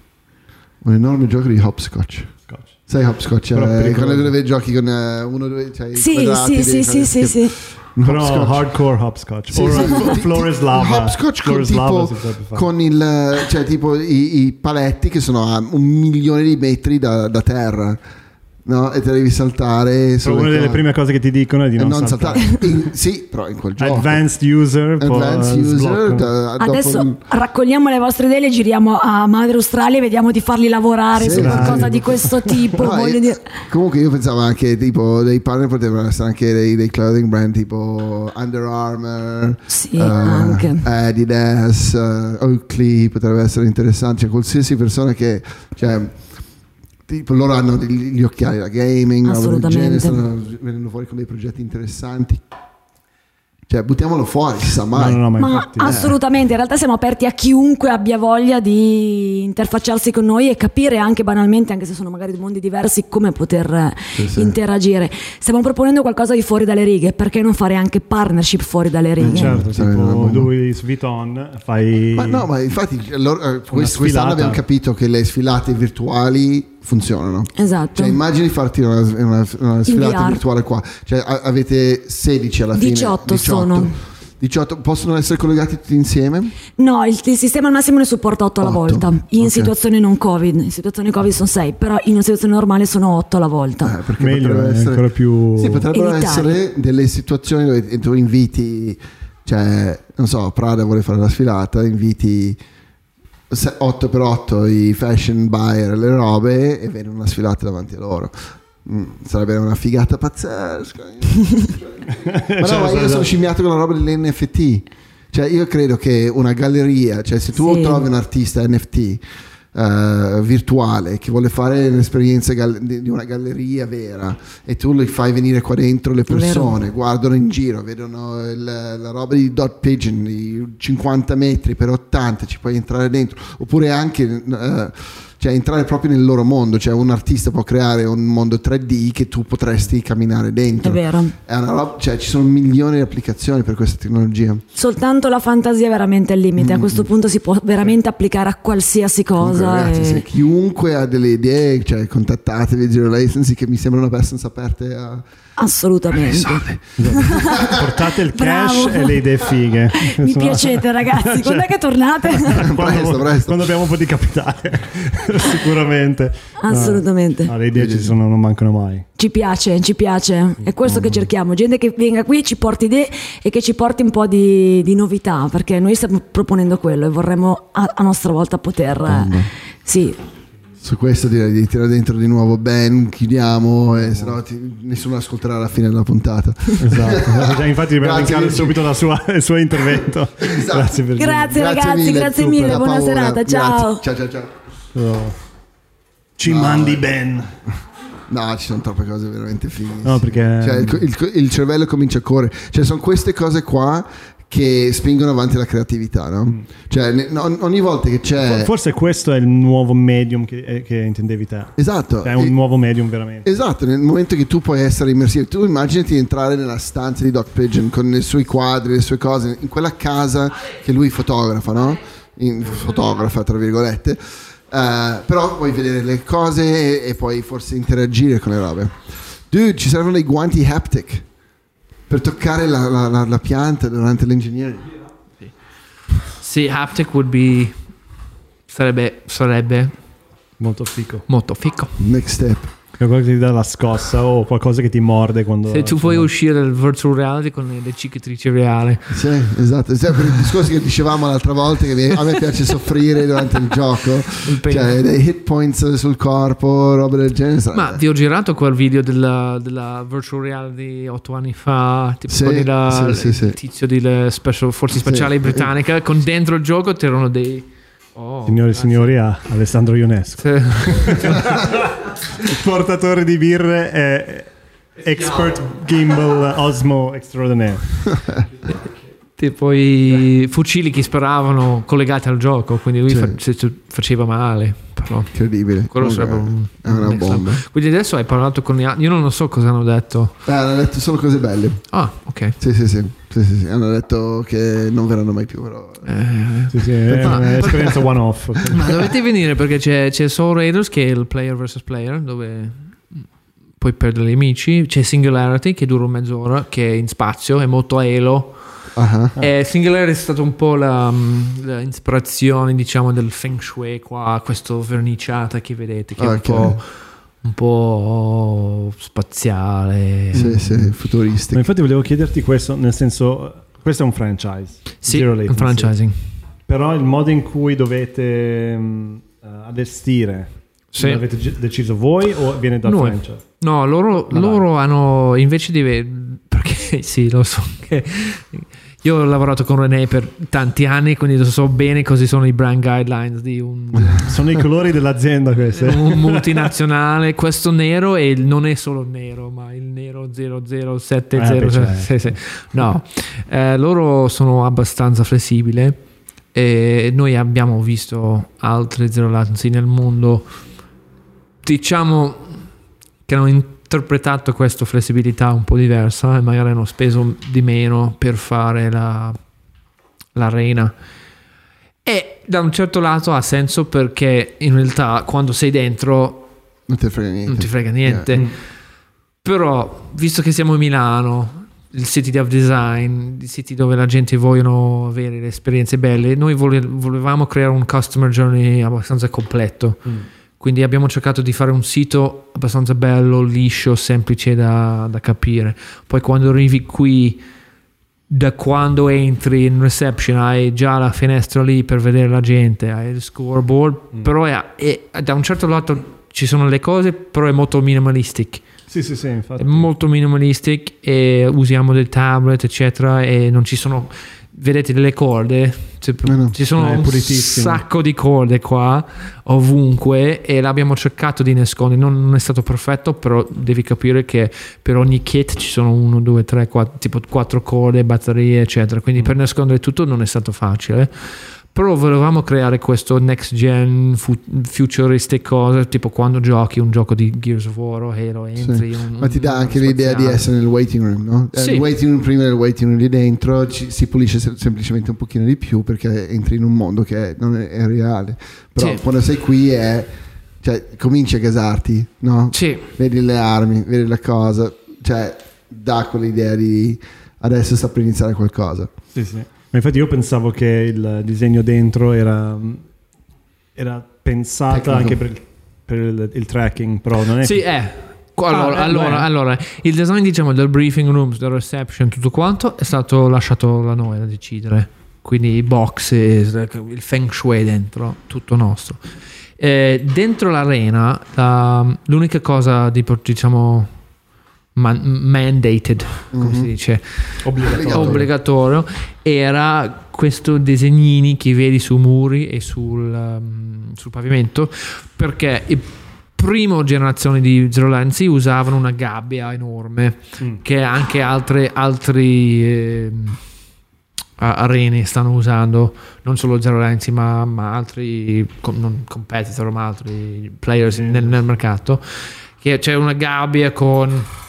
Un enorme gioco di hopscotch. Scotch. Sai hopscotch? Eh, quando dove giochi con uh, uno dove c'hai sì, sì, sì, sì, sì, sì. Però hardcore hopscotch. Sì, sì, sì. Flores lava. Hopscotch con, lava tipo, con il, cioè tipo i, i paletti che sono a un milione di metri da, da terra. No, e te devi saltare. Però una delle prime cose che ti dicono è di non, non saltare. saltare. In, sì, però in quel gioco. Advanced user. Advanced user da, Adesso dopo... raccogliamo le vostre idee, le giriamo a Madre Australia e vediamo di farli lavorare sì, su qualcosa di questo tipo. No, voglio io, dire. Comunque io pensavo anche tipo dei partner potevano essere anche dei, dei clothing brand tipo Under Armour, sì, uh, anche. Adidas, uh, Oakley, potrebbe essere interessante. Cioè, qualsiasi persona che... Cioè, tipo, loro hanno gli occhiali da gaming, assolutamente, stanno venendo fuori con dei progetti interessanti. Cioè, buttiamolo fuori, si sa mai. No, no, no, ma ma infatti, assolutamente, in realtà siamo aperti a chiunque abbia voglia di interfacciarsi con noi e capire anche banalmente, anche se sono magari mondi diversi, come poter sì, sì. interagire. Stiamo proponendo qualcosa di fuori dalle righe, perché non fare anche partnership fuori dalle righe? Eh, certo, tipo Louis Vuitton fai... Ma no, ma infatti loro, quest- quest'anno abbiamo capito che le sfilate virtuali funzionano. Esatto. Cioè, immagini farti una, una, una sfilata virtuale qua. Cioè, a- avete sedici alla fine. diciotto, diciotto sono. diciotto possono essere collegati tutti insieme? No, il, il sistema al massimo ne supporta otto alla volta. In okay. situazioni non Covid. In situazioni Covid sono sei, però in una situazione normale sono otto alla volta. Eh, perché meglio, potrebbe è essere ancora più... Sì, potrebbero elitari. essere delle situazioni dove tu inviti, cioè, non so, Prada vuole fare la sfilata, inviti otto per otto i fashion buyer le robe e viene una sfilata davanti a loro. Mm, sarebbe una figata pazzesca. Ma no, ma io sono scimmiato con la roba dell'N F T. Cioè io credo che una galleria, cioè se tu sì. trovi un artista N F T Uh, virtuale che vuole fare un'esperienza gal- di una galleria vera e tu li fai venire qua dentro, le persone guardano in giro, vedono il, la roba di Dot Pigeon di cinquanta metri per ottanta, ci puoi entrare dentro, oppure anche uh, cioè entrare proprio nel loro mondo. Cioè un artista può creare un mondo tre D che tu potresti camminare dentro. È vero. È una roba, cioè ci sono milioni di applicazioni per questa tecnologia. Soltanto la fantasia è veramente al limite. Mm. A questo punto si può veramente applicare a qualsiasi cosa. Comunque, ragazzi, e... se chiunque ha delle idee, cioè contattatevi Zero Latency, che mi sembrano abbastanza aperte a... Assolutamente. Portate il cash e le idee fighe. Mi piacete ragazzi, cioè, quando è che tornate? quando, presto, presto. quando abbiamo un po' di capitale. Sicuramente. Assolutamente. No, no, le idee ci sono, non mancano mai. Ci piace, ci piace. È questo mm. che cerchiamo. Gente che venga qui, ci porti idee e che ci porti un po' di, di novità, perché noi stiamo proponendo quello e vorremmo a, a nostra volta poter... Mm. Sì. Su questo direi di tirare dentro di nuovo Ben, chiudiamo, e se no ti, nessuno ascolterà alla fine della puntata. Esatto. Infatti dobbiamo linkare subito la sua, il suo intervento. Esatto. Grazie, per grazie ragazzi, mille, grazie mille, buona paura. serata, ciao. Grazie. Ciao ciao ciao. Oh. Ci no, mandi Ben. No, ci sono troppe cose veramente fighe. No, perché cioè, il, il, il cervello comincia a correre. Cioè, sono queste cose qua che spingono avanti la creatività, no? Mm. Cioè, ne, no, ogni volta che c'è... Forse questo è il nuovo medium che, che intendevi te. Esatto. È un e... nuovo medium veramente. Esatto, nel momento che tu puoi essere immersivo. Tu immaginati di entrare nella stanza di Doc Pigeon con i suoi quadri, le sue cose, in quella casa che lui fotografa, no? In, fotografa, tra virgolette. Uh, però puoi vedere le cose e, e poi forse interagire con le robe. Dude, ci servono dei guanti haptic per toccare la, la, la, la pianta durante l'engineering. Sì, haptic would be sarebbe sarebbe molto fico. Molto fico. Next step. Qualcosa che ti dà la scossa o qualcosa che ti morde quando... Se tu puoi uscire dal virtual reality con le cicatrici reali. Sì, esatto. Sì, per il discorso che dicevamo l'altra volta, che a me piace soffrire durante il gioco, il cioè dei hit points sul corpo, roba del genere. Ma vi ho girato quel video della, della virtual reality otto anni fa, tipo sì, con il, sì, il sì, tizio delle special, forze speciali sì. britannica, con dentro il gioco c'erano dei... Oh, signori e signori, a Alessandro Ionesco. Sì. Il portatore di birre è expert gimbal Osmo extraordinaire. Tipo i fucili che sparavano collegati al gioco, quindi lui sì. fa- faceva male. Però incredibile. Quello sarebbe un, è una un bomba. Quindi adesso hai parlato con gli altri. Io non lo so cosa hanno detto. Eh, hanno detto solo cose belle. Ah, ok. Sì, sì, sì. Sì, sì, sì. Hanno detto che non verranno mai più. Però... Eh, sì, sì, è ma, un'esperienza one off. Ma dovete venire perché c'è, c'è Soul Raiders che è il player versus player, dove puoi perdere gli amici. C'è Singularity che dura mezz'ora, che è in spazio, è molto Halo. Uh-huh. E Singularity è stata un po' la, la ispirazione, diciamo, del Feng Shui qua, questo verniciata che vedete, che okay. è un po', un po' spaziale, sì, sì, futuristico. Ma infatti volevo chiederti questo, nel senso, questo è un franchise, sì, un franchising, però il modo in cui dovete um, allestire, sì. l'avete deciso voi o viene dal Noi. franchise? No, loro, loro hanno invece di, perché sì, lo so che io ho lavorato con René per tanti anni, quindi lo so bene cosa sono i brand guidelines di un... Sono i colori dell'azienda questi. Un multinazionale. Questo nero e non è solo nero, ma il nero zero zero sette zero. Eh, beh, sì, sì. No, eh, loro sono abbastanza flessibili e noi abbiamo visto altre zero latency nel mondo, diciamo, che hanno interpretato questa flessibilità un po' diversa e magari hanno speso di meno per fare la, l'arena, e da un certo lato ha senso perché in realtà quando sei dentro non ti frega niente, non ti frega niente. Yeah. Però visto che siamo a Milano, il City of Design, il siti dove la gente vogliono avere le esperienze belle, noi vole, volevamo creare un customer journey abbastanza completo. Mm. Quindi abbiamo cercato di fare un sito abbastanza bello, liscio, semplice da, da capire. Poi quando arrivi qui, da quando entri in reception, hai già la finestra lì per vedere la gente, hai il scoreboard, mm. però è, è, da un certo lato ci sono le cose, però è molto minimalistic. Sì, sì, sì, infatti. È molto minimalistic e usiamo del tablet, eccetera, e non ci sono... Vedete delle corde, cioè, no, no. ci sono un sacco di corde qua ovunque e l'abbiamo cercato di nascondere. Non, non è stato perfetto, però devi capire che per ogni kit ci sono uno, due, tre, quattro, tipo quattro corde, batterie, eccetera. Quindi mm. per nascondere tutto non è stato facile. Però volevamo creare questo next gen fu- futuristic cosa, tipo quando giochi un gioco di Gears of War o Halo, entri, sì. un, ma ti dà anche spaziale. l'idea di essere nel waiting room, no? Sì. Il waiting room prima del waiting room lì dentro ci, si pulisce se- semplicemente un pochino di più perché entri in un mondo che è, non è, è reale, però sì. quando sei qui è, cioè cominci a gasarti, no? Sì. Vedi le armi, vedi la cosa, cioè dà quell'idea di adesso sta per iniziare qualcosa. Sì, sì. Ma infatti io pensavo che il disegno dentro era, era pensato Tecnico. anche per, il, per il, il tracking, però non è... Sì, che... è. Allora, ah, allora, allora, il design, diciamo, del briefing room, del reception, tutto quanto è stato lasciato da noi a decidere. Quindi i box, il feng shui dentro, tutto nostro. Eh, dentro l'arena, la, l'unica cosa di, diciamo... Man- mandated, come mm-hmm. si dice, obbligatorio. obbligatorio, era questo disegnini che vedi su muri e sul, um, sul pavimento, perché il prima generazione di Zero Latency usavano una gabbia enorme mm. che anche altre altri eh, arene stanno usando, non solo Zero Latency ma, ma altri com- non competitor ma altri players mm. nel, nel mercato, che c'è una gabbia con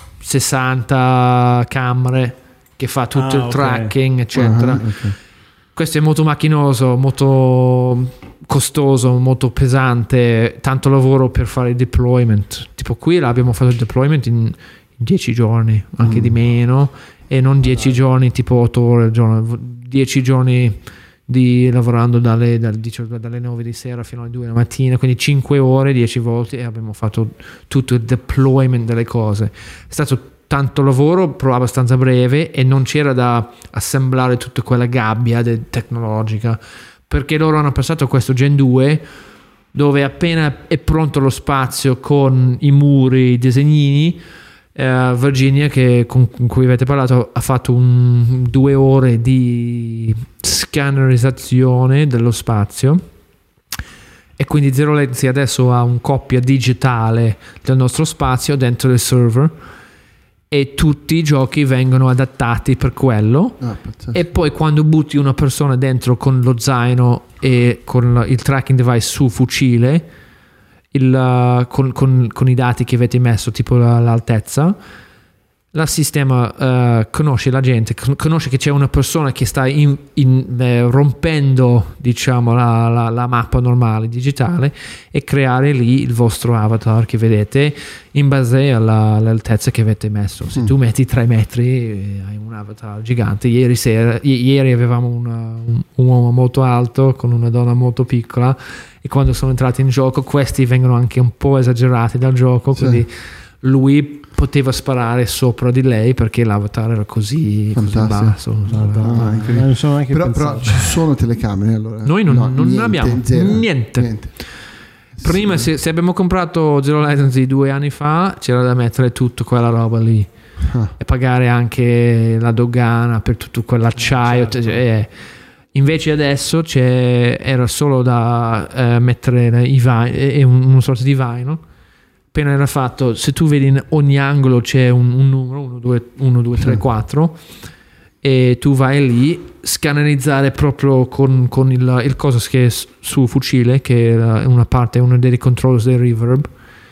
sessanta camere che fa tutto ah, il tracking okay. eccetera. Uh-huh, okay. Questo è molto macchinoso, molto costoso, molto pesante, tanto lavoro per fare il deployment. Tipo qui l'abbiamo fatto il deployment in dieci giorni, anche mm. di meno, e non dieci giorni tipo otto ore al giorno, dieci giorni di lavorando dalle, dalle, dalle nove di sera fino alle due della mattina, quindi cinque ore, dieci volte, e abbiamo fatto tutto il deployment delle cose. È stato tanto lavoro, però abbastanza breve, e non c'era da assemblare tutta quella gabbia de- tecnologica, perché loro hanno passato questo Gen due dove appena è pronto lo spazio con i muri, i disegnini, eh, Virginia, che con, con cui avete parlato, ha fatto un, due ore di scannerizzazione dello spazio, e quindi Zero Latency adesso ha un copia digitale del nostro spazio dentro il server, e tutti i giochi vengono adattati per quello. Ah, e poi quando butti una persona dentro con lo zaino e con il tracking device sul fucile, il, uh, con, con, con i dati che avete messo, tipo la, l'altezza, il sistema uh, conosce la gente, conosce che c'è una persona che sta in, in, eh, rompendo, diciamo, la, la, la mappa normale digitale, e creare lì il vostro avatar che vedete in base alla, all'altezza che avete messo. Se mm. tu metti tre metri hai un avatar gigante. Ieri sera i- ieri avevamo una, un, un uomo molto alto con una donna molto piccola, e quando sono entrati in gioco questi vengono anche un po' esagerati dal gioco, sì. Quindi lui poteva sparare sopra di lei perché l'avatar era così, così basso. Ah, non sono neanche però, però ci sono telecamere allora? Noi non, no, non niente, abbiamo niente, niente. Prima sì. se, se abbiamo comprato Zero Latency due anni fa c'era da mettere tutta quella roba lì ah. e pagare anche la dogana per tutto quell'acciaio, certo. eh. Invece adesso c'è, era solo da eh, mettere i vai, è un, una sorta di vaino. Appena era fatto, se tu vedi in ogni angolo c'è un, un numero uno, due, tre, quattro, e tu vai lì, scannerizzare proprio con, con il, il coso che è sul fucile, che è una parte, uno dei controllers del reverb,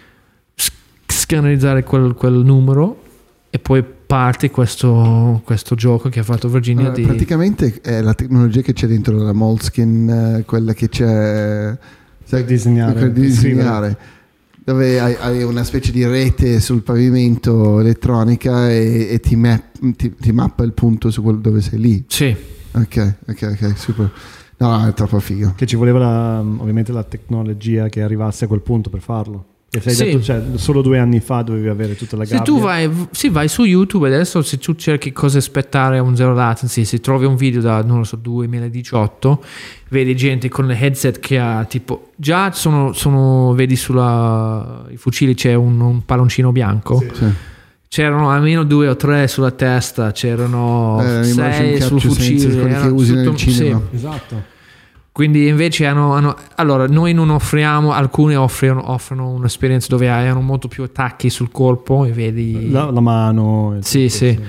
scannerizzare quel, quel numero, e poi parte questo, questo gioco che ha fatto Virginia. Allora, di... praticamente è la tecnologia che c'è dentro la Moleskine, eh, quella che c'è per disegnare, per disegnare. Dove hai, hai una specie di rete sul pavimento elettronica, e, e ti, map, ti, ti mappa il punto su quello dove sei lì. Sì. Ok, ok, ok, super. No, no, è troppo figo. Che ci voleva la, ovviamente la tecnologia che arrivasse a quel punto per farlo. Che sei sì. detto, cioè, solo due anni fa dovevi avere tutta la gabbia. Se tu vai, sì, vai su YouTube adesso, se tu cerchi cosa aspettare a un Zero Latency, se trovi un video da, non lo so, duemiladiciotto, vedi gente con le headset che ha tipo, già sono, sono vedi sulla i fucili c'è un, un palloncino bianco. Sì. Sì. C'erano almeno due o tre sulla testa, c'erano eh, sei sul fucile, quelli che usi nel cinema. Sì. Esatto. Quindi invece hanno, hanno allora noi non offriamo, alcune offrono, offrono un'esperienza dove hanno molto più attacchi sul corpo e vedi la, la mano, sì, sì sì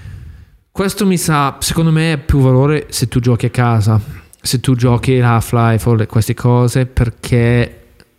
questo mi sa, secondo me è più valore se tu giochi a casa, se tu giochi Half-Life o le, queste cose, perché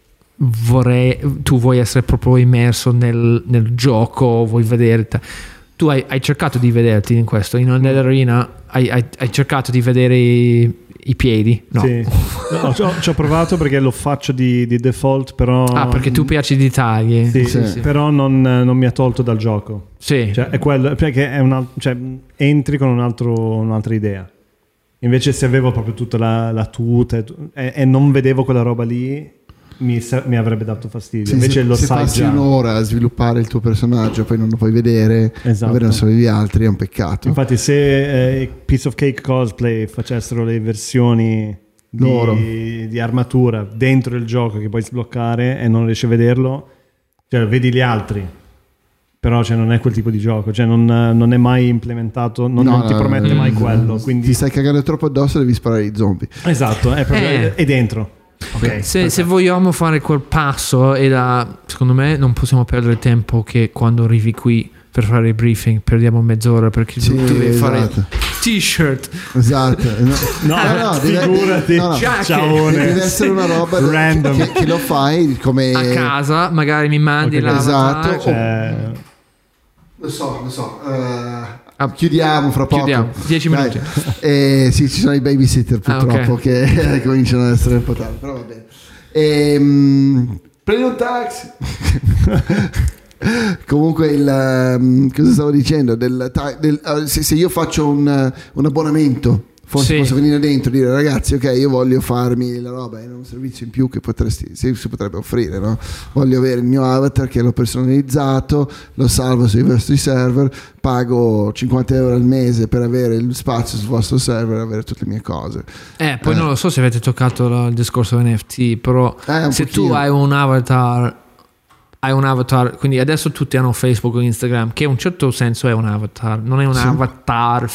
vorrei, tu vuoi essere proprio immerso nel, nel gioco, vuoi vedere tu hai, hai cercato di vederti in questo in Undead Arena, hai, hai, hai cercato di vedere i, i piedi? No, sì. no ci, ho, ci ho provato perché lo faccio di, di default, però ah perché tu piaci di tagli, sì, sì, sì. Però non, non mi ha tolto dal gioco, sì, cioè è quello, perché è una, cioè, entri con un altro, un'altra idea. Invece se avevo proprio tutta la, la tuta e, e non vedevo quella roba lì, Mi, mi avrebbe dato fastidio. Sì, invece se, lo se sai passi già. un'ora a sviluppare il tuo personaggio, poi non lo puoi vedere, esatto. Avere solo gli altri è un peccato. Infatti se eh, Piece of Cake Cosplay facessero le versioni di, di armatura dentro il gioco che puoi sbloccare e non riesci a vederlo, cioè vedi gli altri, però cioè, non è quel tipo di gioco, cioè non, non è mai implementato, non, no, non ti no, promette no, mai no, quello, no. quindi ti stai cagando troppo addosso, devi sparare i zombie. Esatto, è proprio eh. è dentro. Okay, se, se vogliamo fare quel passo, e da, secondo me non possiamo perdere tempo che quando arrivi qui per fare il briefing perdiamo mezz'ora perché sì, tu devi esatto. fare t-shirt. Esatto. No, no, no, figurati, no, no, ciaone. Deve essere una roba random che, che lo fai come a casa, magari mi mandi okay, l'avatar. Esatto. Cioè... Lo so, lo so. Uh, Ah, chiudiamo fra poco. Chiudiamo, dieci minuti. Eh, sì, ci sono i babysitter purtroppo ah, okay. che cominciano ad essere un po' tardi, però va bene. Ehm, prendi un taxi. Comunque il um, cosa stavo dicendo del, del, uh, se, se io faccio un, un abbonamento forse sì. posso venire dentro e dire ragazzi ok io voglio farmi la roba, è un servizio in più che potresti, si, si potrebbe offrire, no? Voglio avere il mio avatar che l'ho personalizzato, lo salvo sui vostri server, pago cinquanta euro al mese per avere il spazio sul vostro server e avere tutte le mie cose. Eh, poi eh. non lo so se avete toccato la, il discorso N F T, però eh, se pochino. tu hai un avatar hai un avatar, quindi adesso tutti hanno Facebook o Instagram, che in un certo senso è un avatar, non è un sì. avatar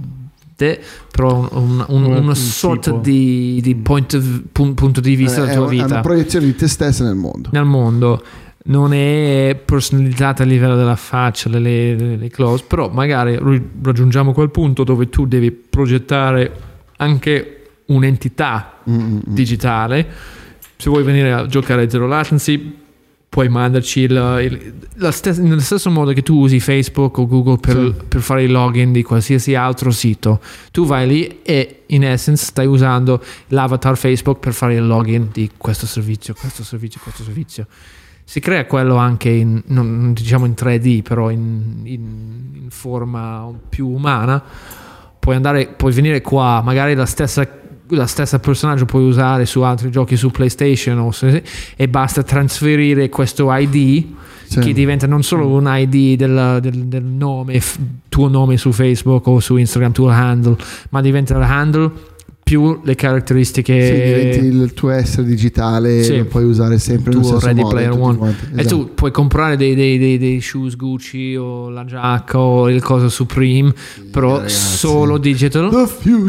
te, però un, un, un, una sorta di, di point of, punto di vista eh, della tua vita, è una proiezione di te stessa nel mondo nel mondo non è personalizzata a livello della faccia, le, le, le close, però magari raggiungiamo quel punto dove tu devi progettare anche un'entità mm-hmm. digitale. Se vuoi venire a giocare a Zero Latency puoi mandarci il, il, la stes- nello stesso modo che tu usi Facebook o Google per, sì. per fare il login di qualsiasi altro sito. Tu vai lì e in essence stai usando l'avatar Facebook per fare il login di questo servizio, questo servizio, questo servizio. Si crea quello anche in, non diciamo in tre D, però in, in, in forma più umana. Puoi andare, puoi venire qua, magari la stessa la stessa personaggio puoi usare su altri giochi su PlayStation o se, e basta trasferire questo I D sì. che diventa non solo un I D del, del, del nome, f- tuo nome su Facebook o su Instagram, tuo handle, ma diventa il handle più le caratteristiche, sì, diventi il tuo essere digitale, sì. lo puoi usare sempre il tuo Ready modo, Player One esatto. E tu puoi comprare dei, dei, dei, dei shoes Gucci o la giacca o il cosa Supreme, sì, però ragazzi. Solo digital. The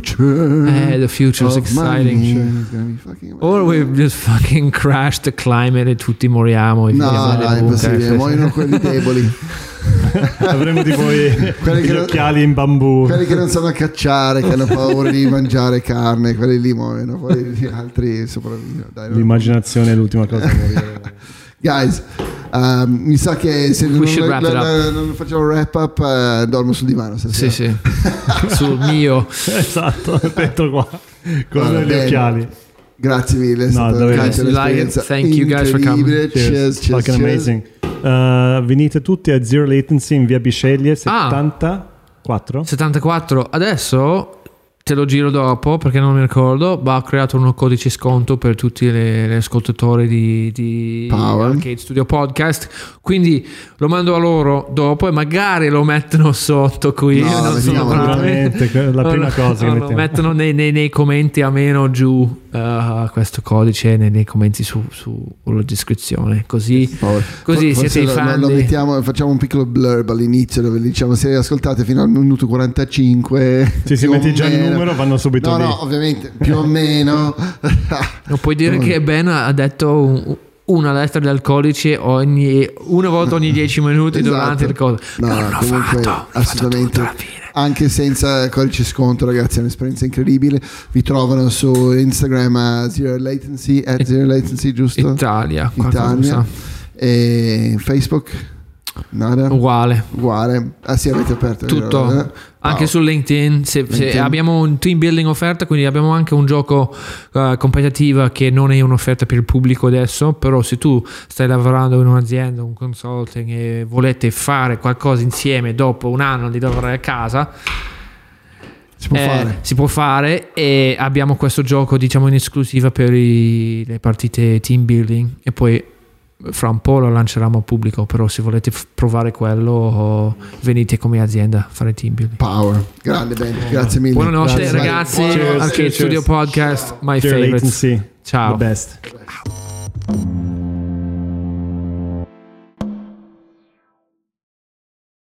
future eh, the future is exciting, or we just fucking crash the climate e tutti moriamo e no no è impossibile, muoiono quelli deboli. Avremo tipo i, gli non, occhiali in bambù, quelli che non sanno cacciare, che hanno paura di mangiare carne, quelli lì muoiono, poi gli altri sopravvivono. Dai, l'immaginazione è l'ultima cosa da morire. Guys, um, mi sa che se non, la, la, la, non facciamo wrap up uh, dormo sul divano stasera. Sì sì sul mio esatto, dentro qua con allora, gli bene. Occhiali. Grazie mille, è no, guys, like thank you guys for coming. Cheers, cheers, cheers, fucking amazing. Uh, venite tutti a Zero Latency in via Bisceglie settantaquattro. Ah, settantaquattro. Adesso te lo giro dopo perché non mi ricordo, ma ho creato un codice sconto per tutti gli ascoltatori di, di Arcade Studio Podcast, quindi lo mando a loro dopo e magari lo mettono sotto qui. No, non sono veramente la prima cosa no, che lo mettono nei, nei, nei commenti a meno giù uh, questo codice nei, nei commenti su, su sulla descrizione, così oh, così forse siete lo, fan lo di... mettiamo, facciamo un piccolo blurb all'inizio dove diciamo se ascoltate fino al minuto quarantacinque sì, se metti già il numero vanno subito no lì. no ovviamente più o meno non puoi dire che Ben ha detto un, una lettera del codice ogni una volta ogni dieci minuti esatto. durante il coso no, non no l'ho comunque fatto, assolutamente l'ho fatto anche senza codice sconto ragazzi è un'esperienza incredibile. Vi trovano su Instagram a Zero Latency at Zero Latency giusto? Italia Italia e Facebook nada uguale uguale ah sì avete aperto tutto eh? anche wow. su LinkedIn se, LinkedIn se abbiamo un team building offerta, quindi abbiamo anche un gioco uh, competitiva che non è un'offerta per il pubblico adesso, però se tu stai lavorando in un'azienda, un consulting e volete fare qualcosa insieme dopo un anno di lavorare a casa si può, eh, fare. si può fare e abbiamo questo gioco diciamo in esclusiva per i, le partite team building e poi fra un po' lo lanceremo al pubblico, però se volete f- provare quello venite come azienda a fare team building. Power, grande bene, grazie mille. Buonanotte grazie. ragazzi, Cheers, Arcade cheers, Studio cheers. Podcast, my Zero favorite. Latency. Ciao. The best.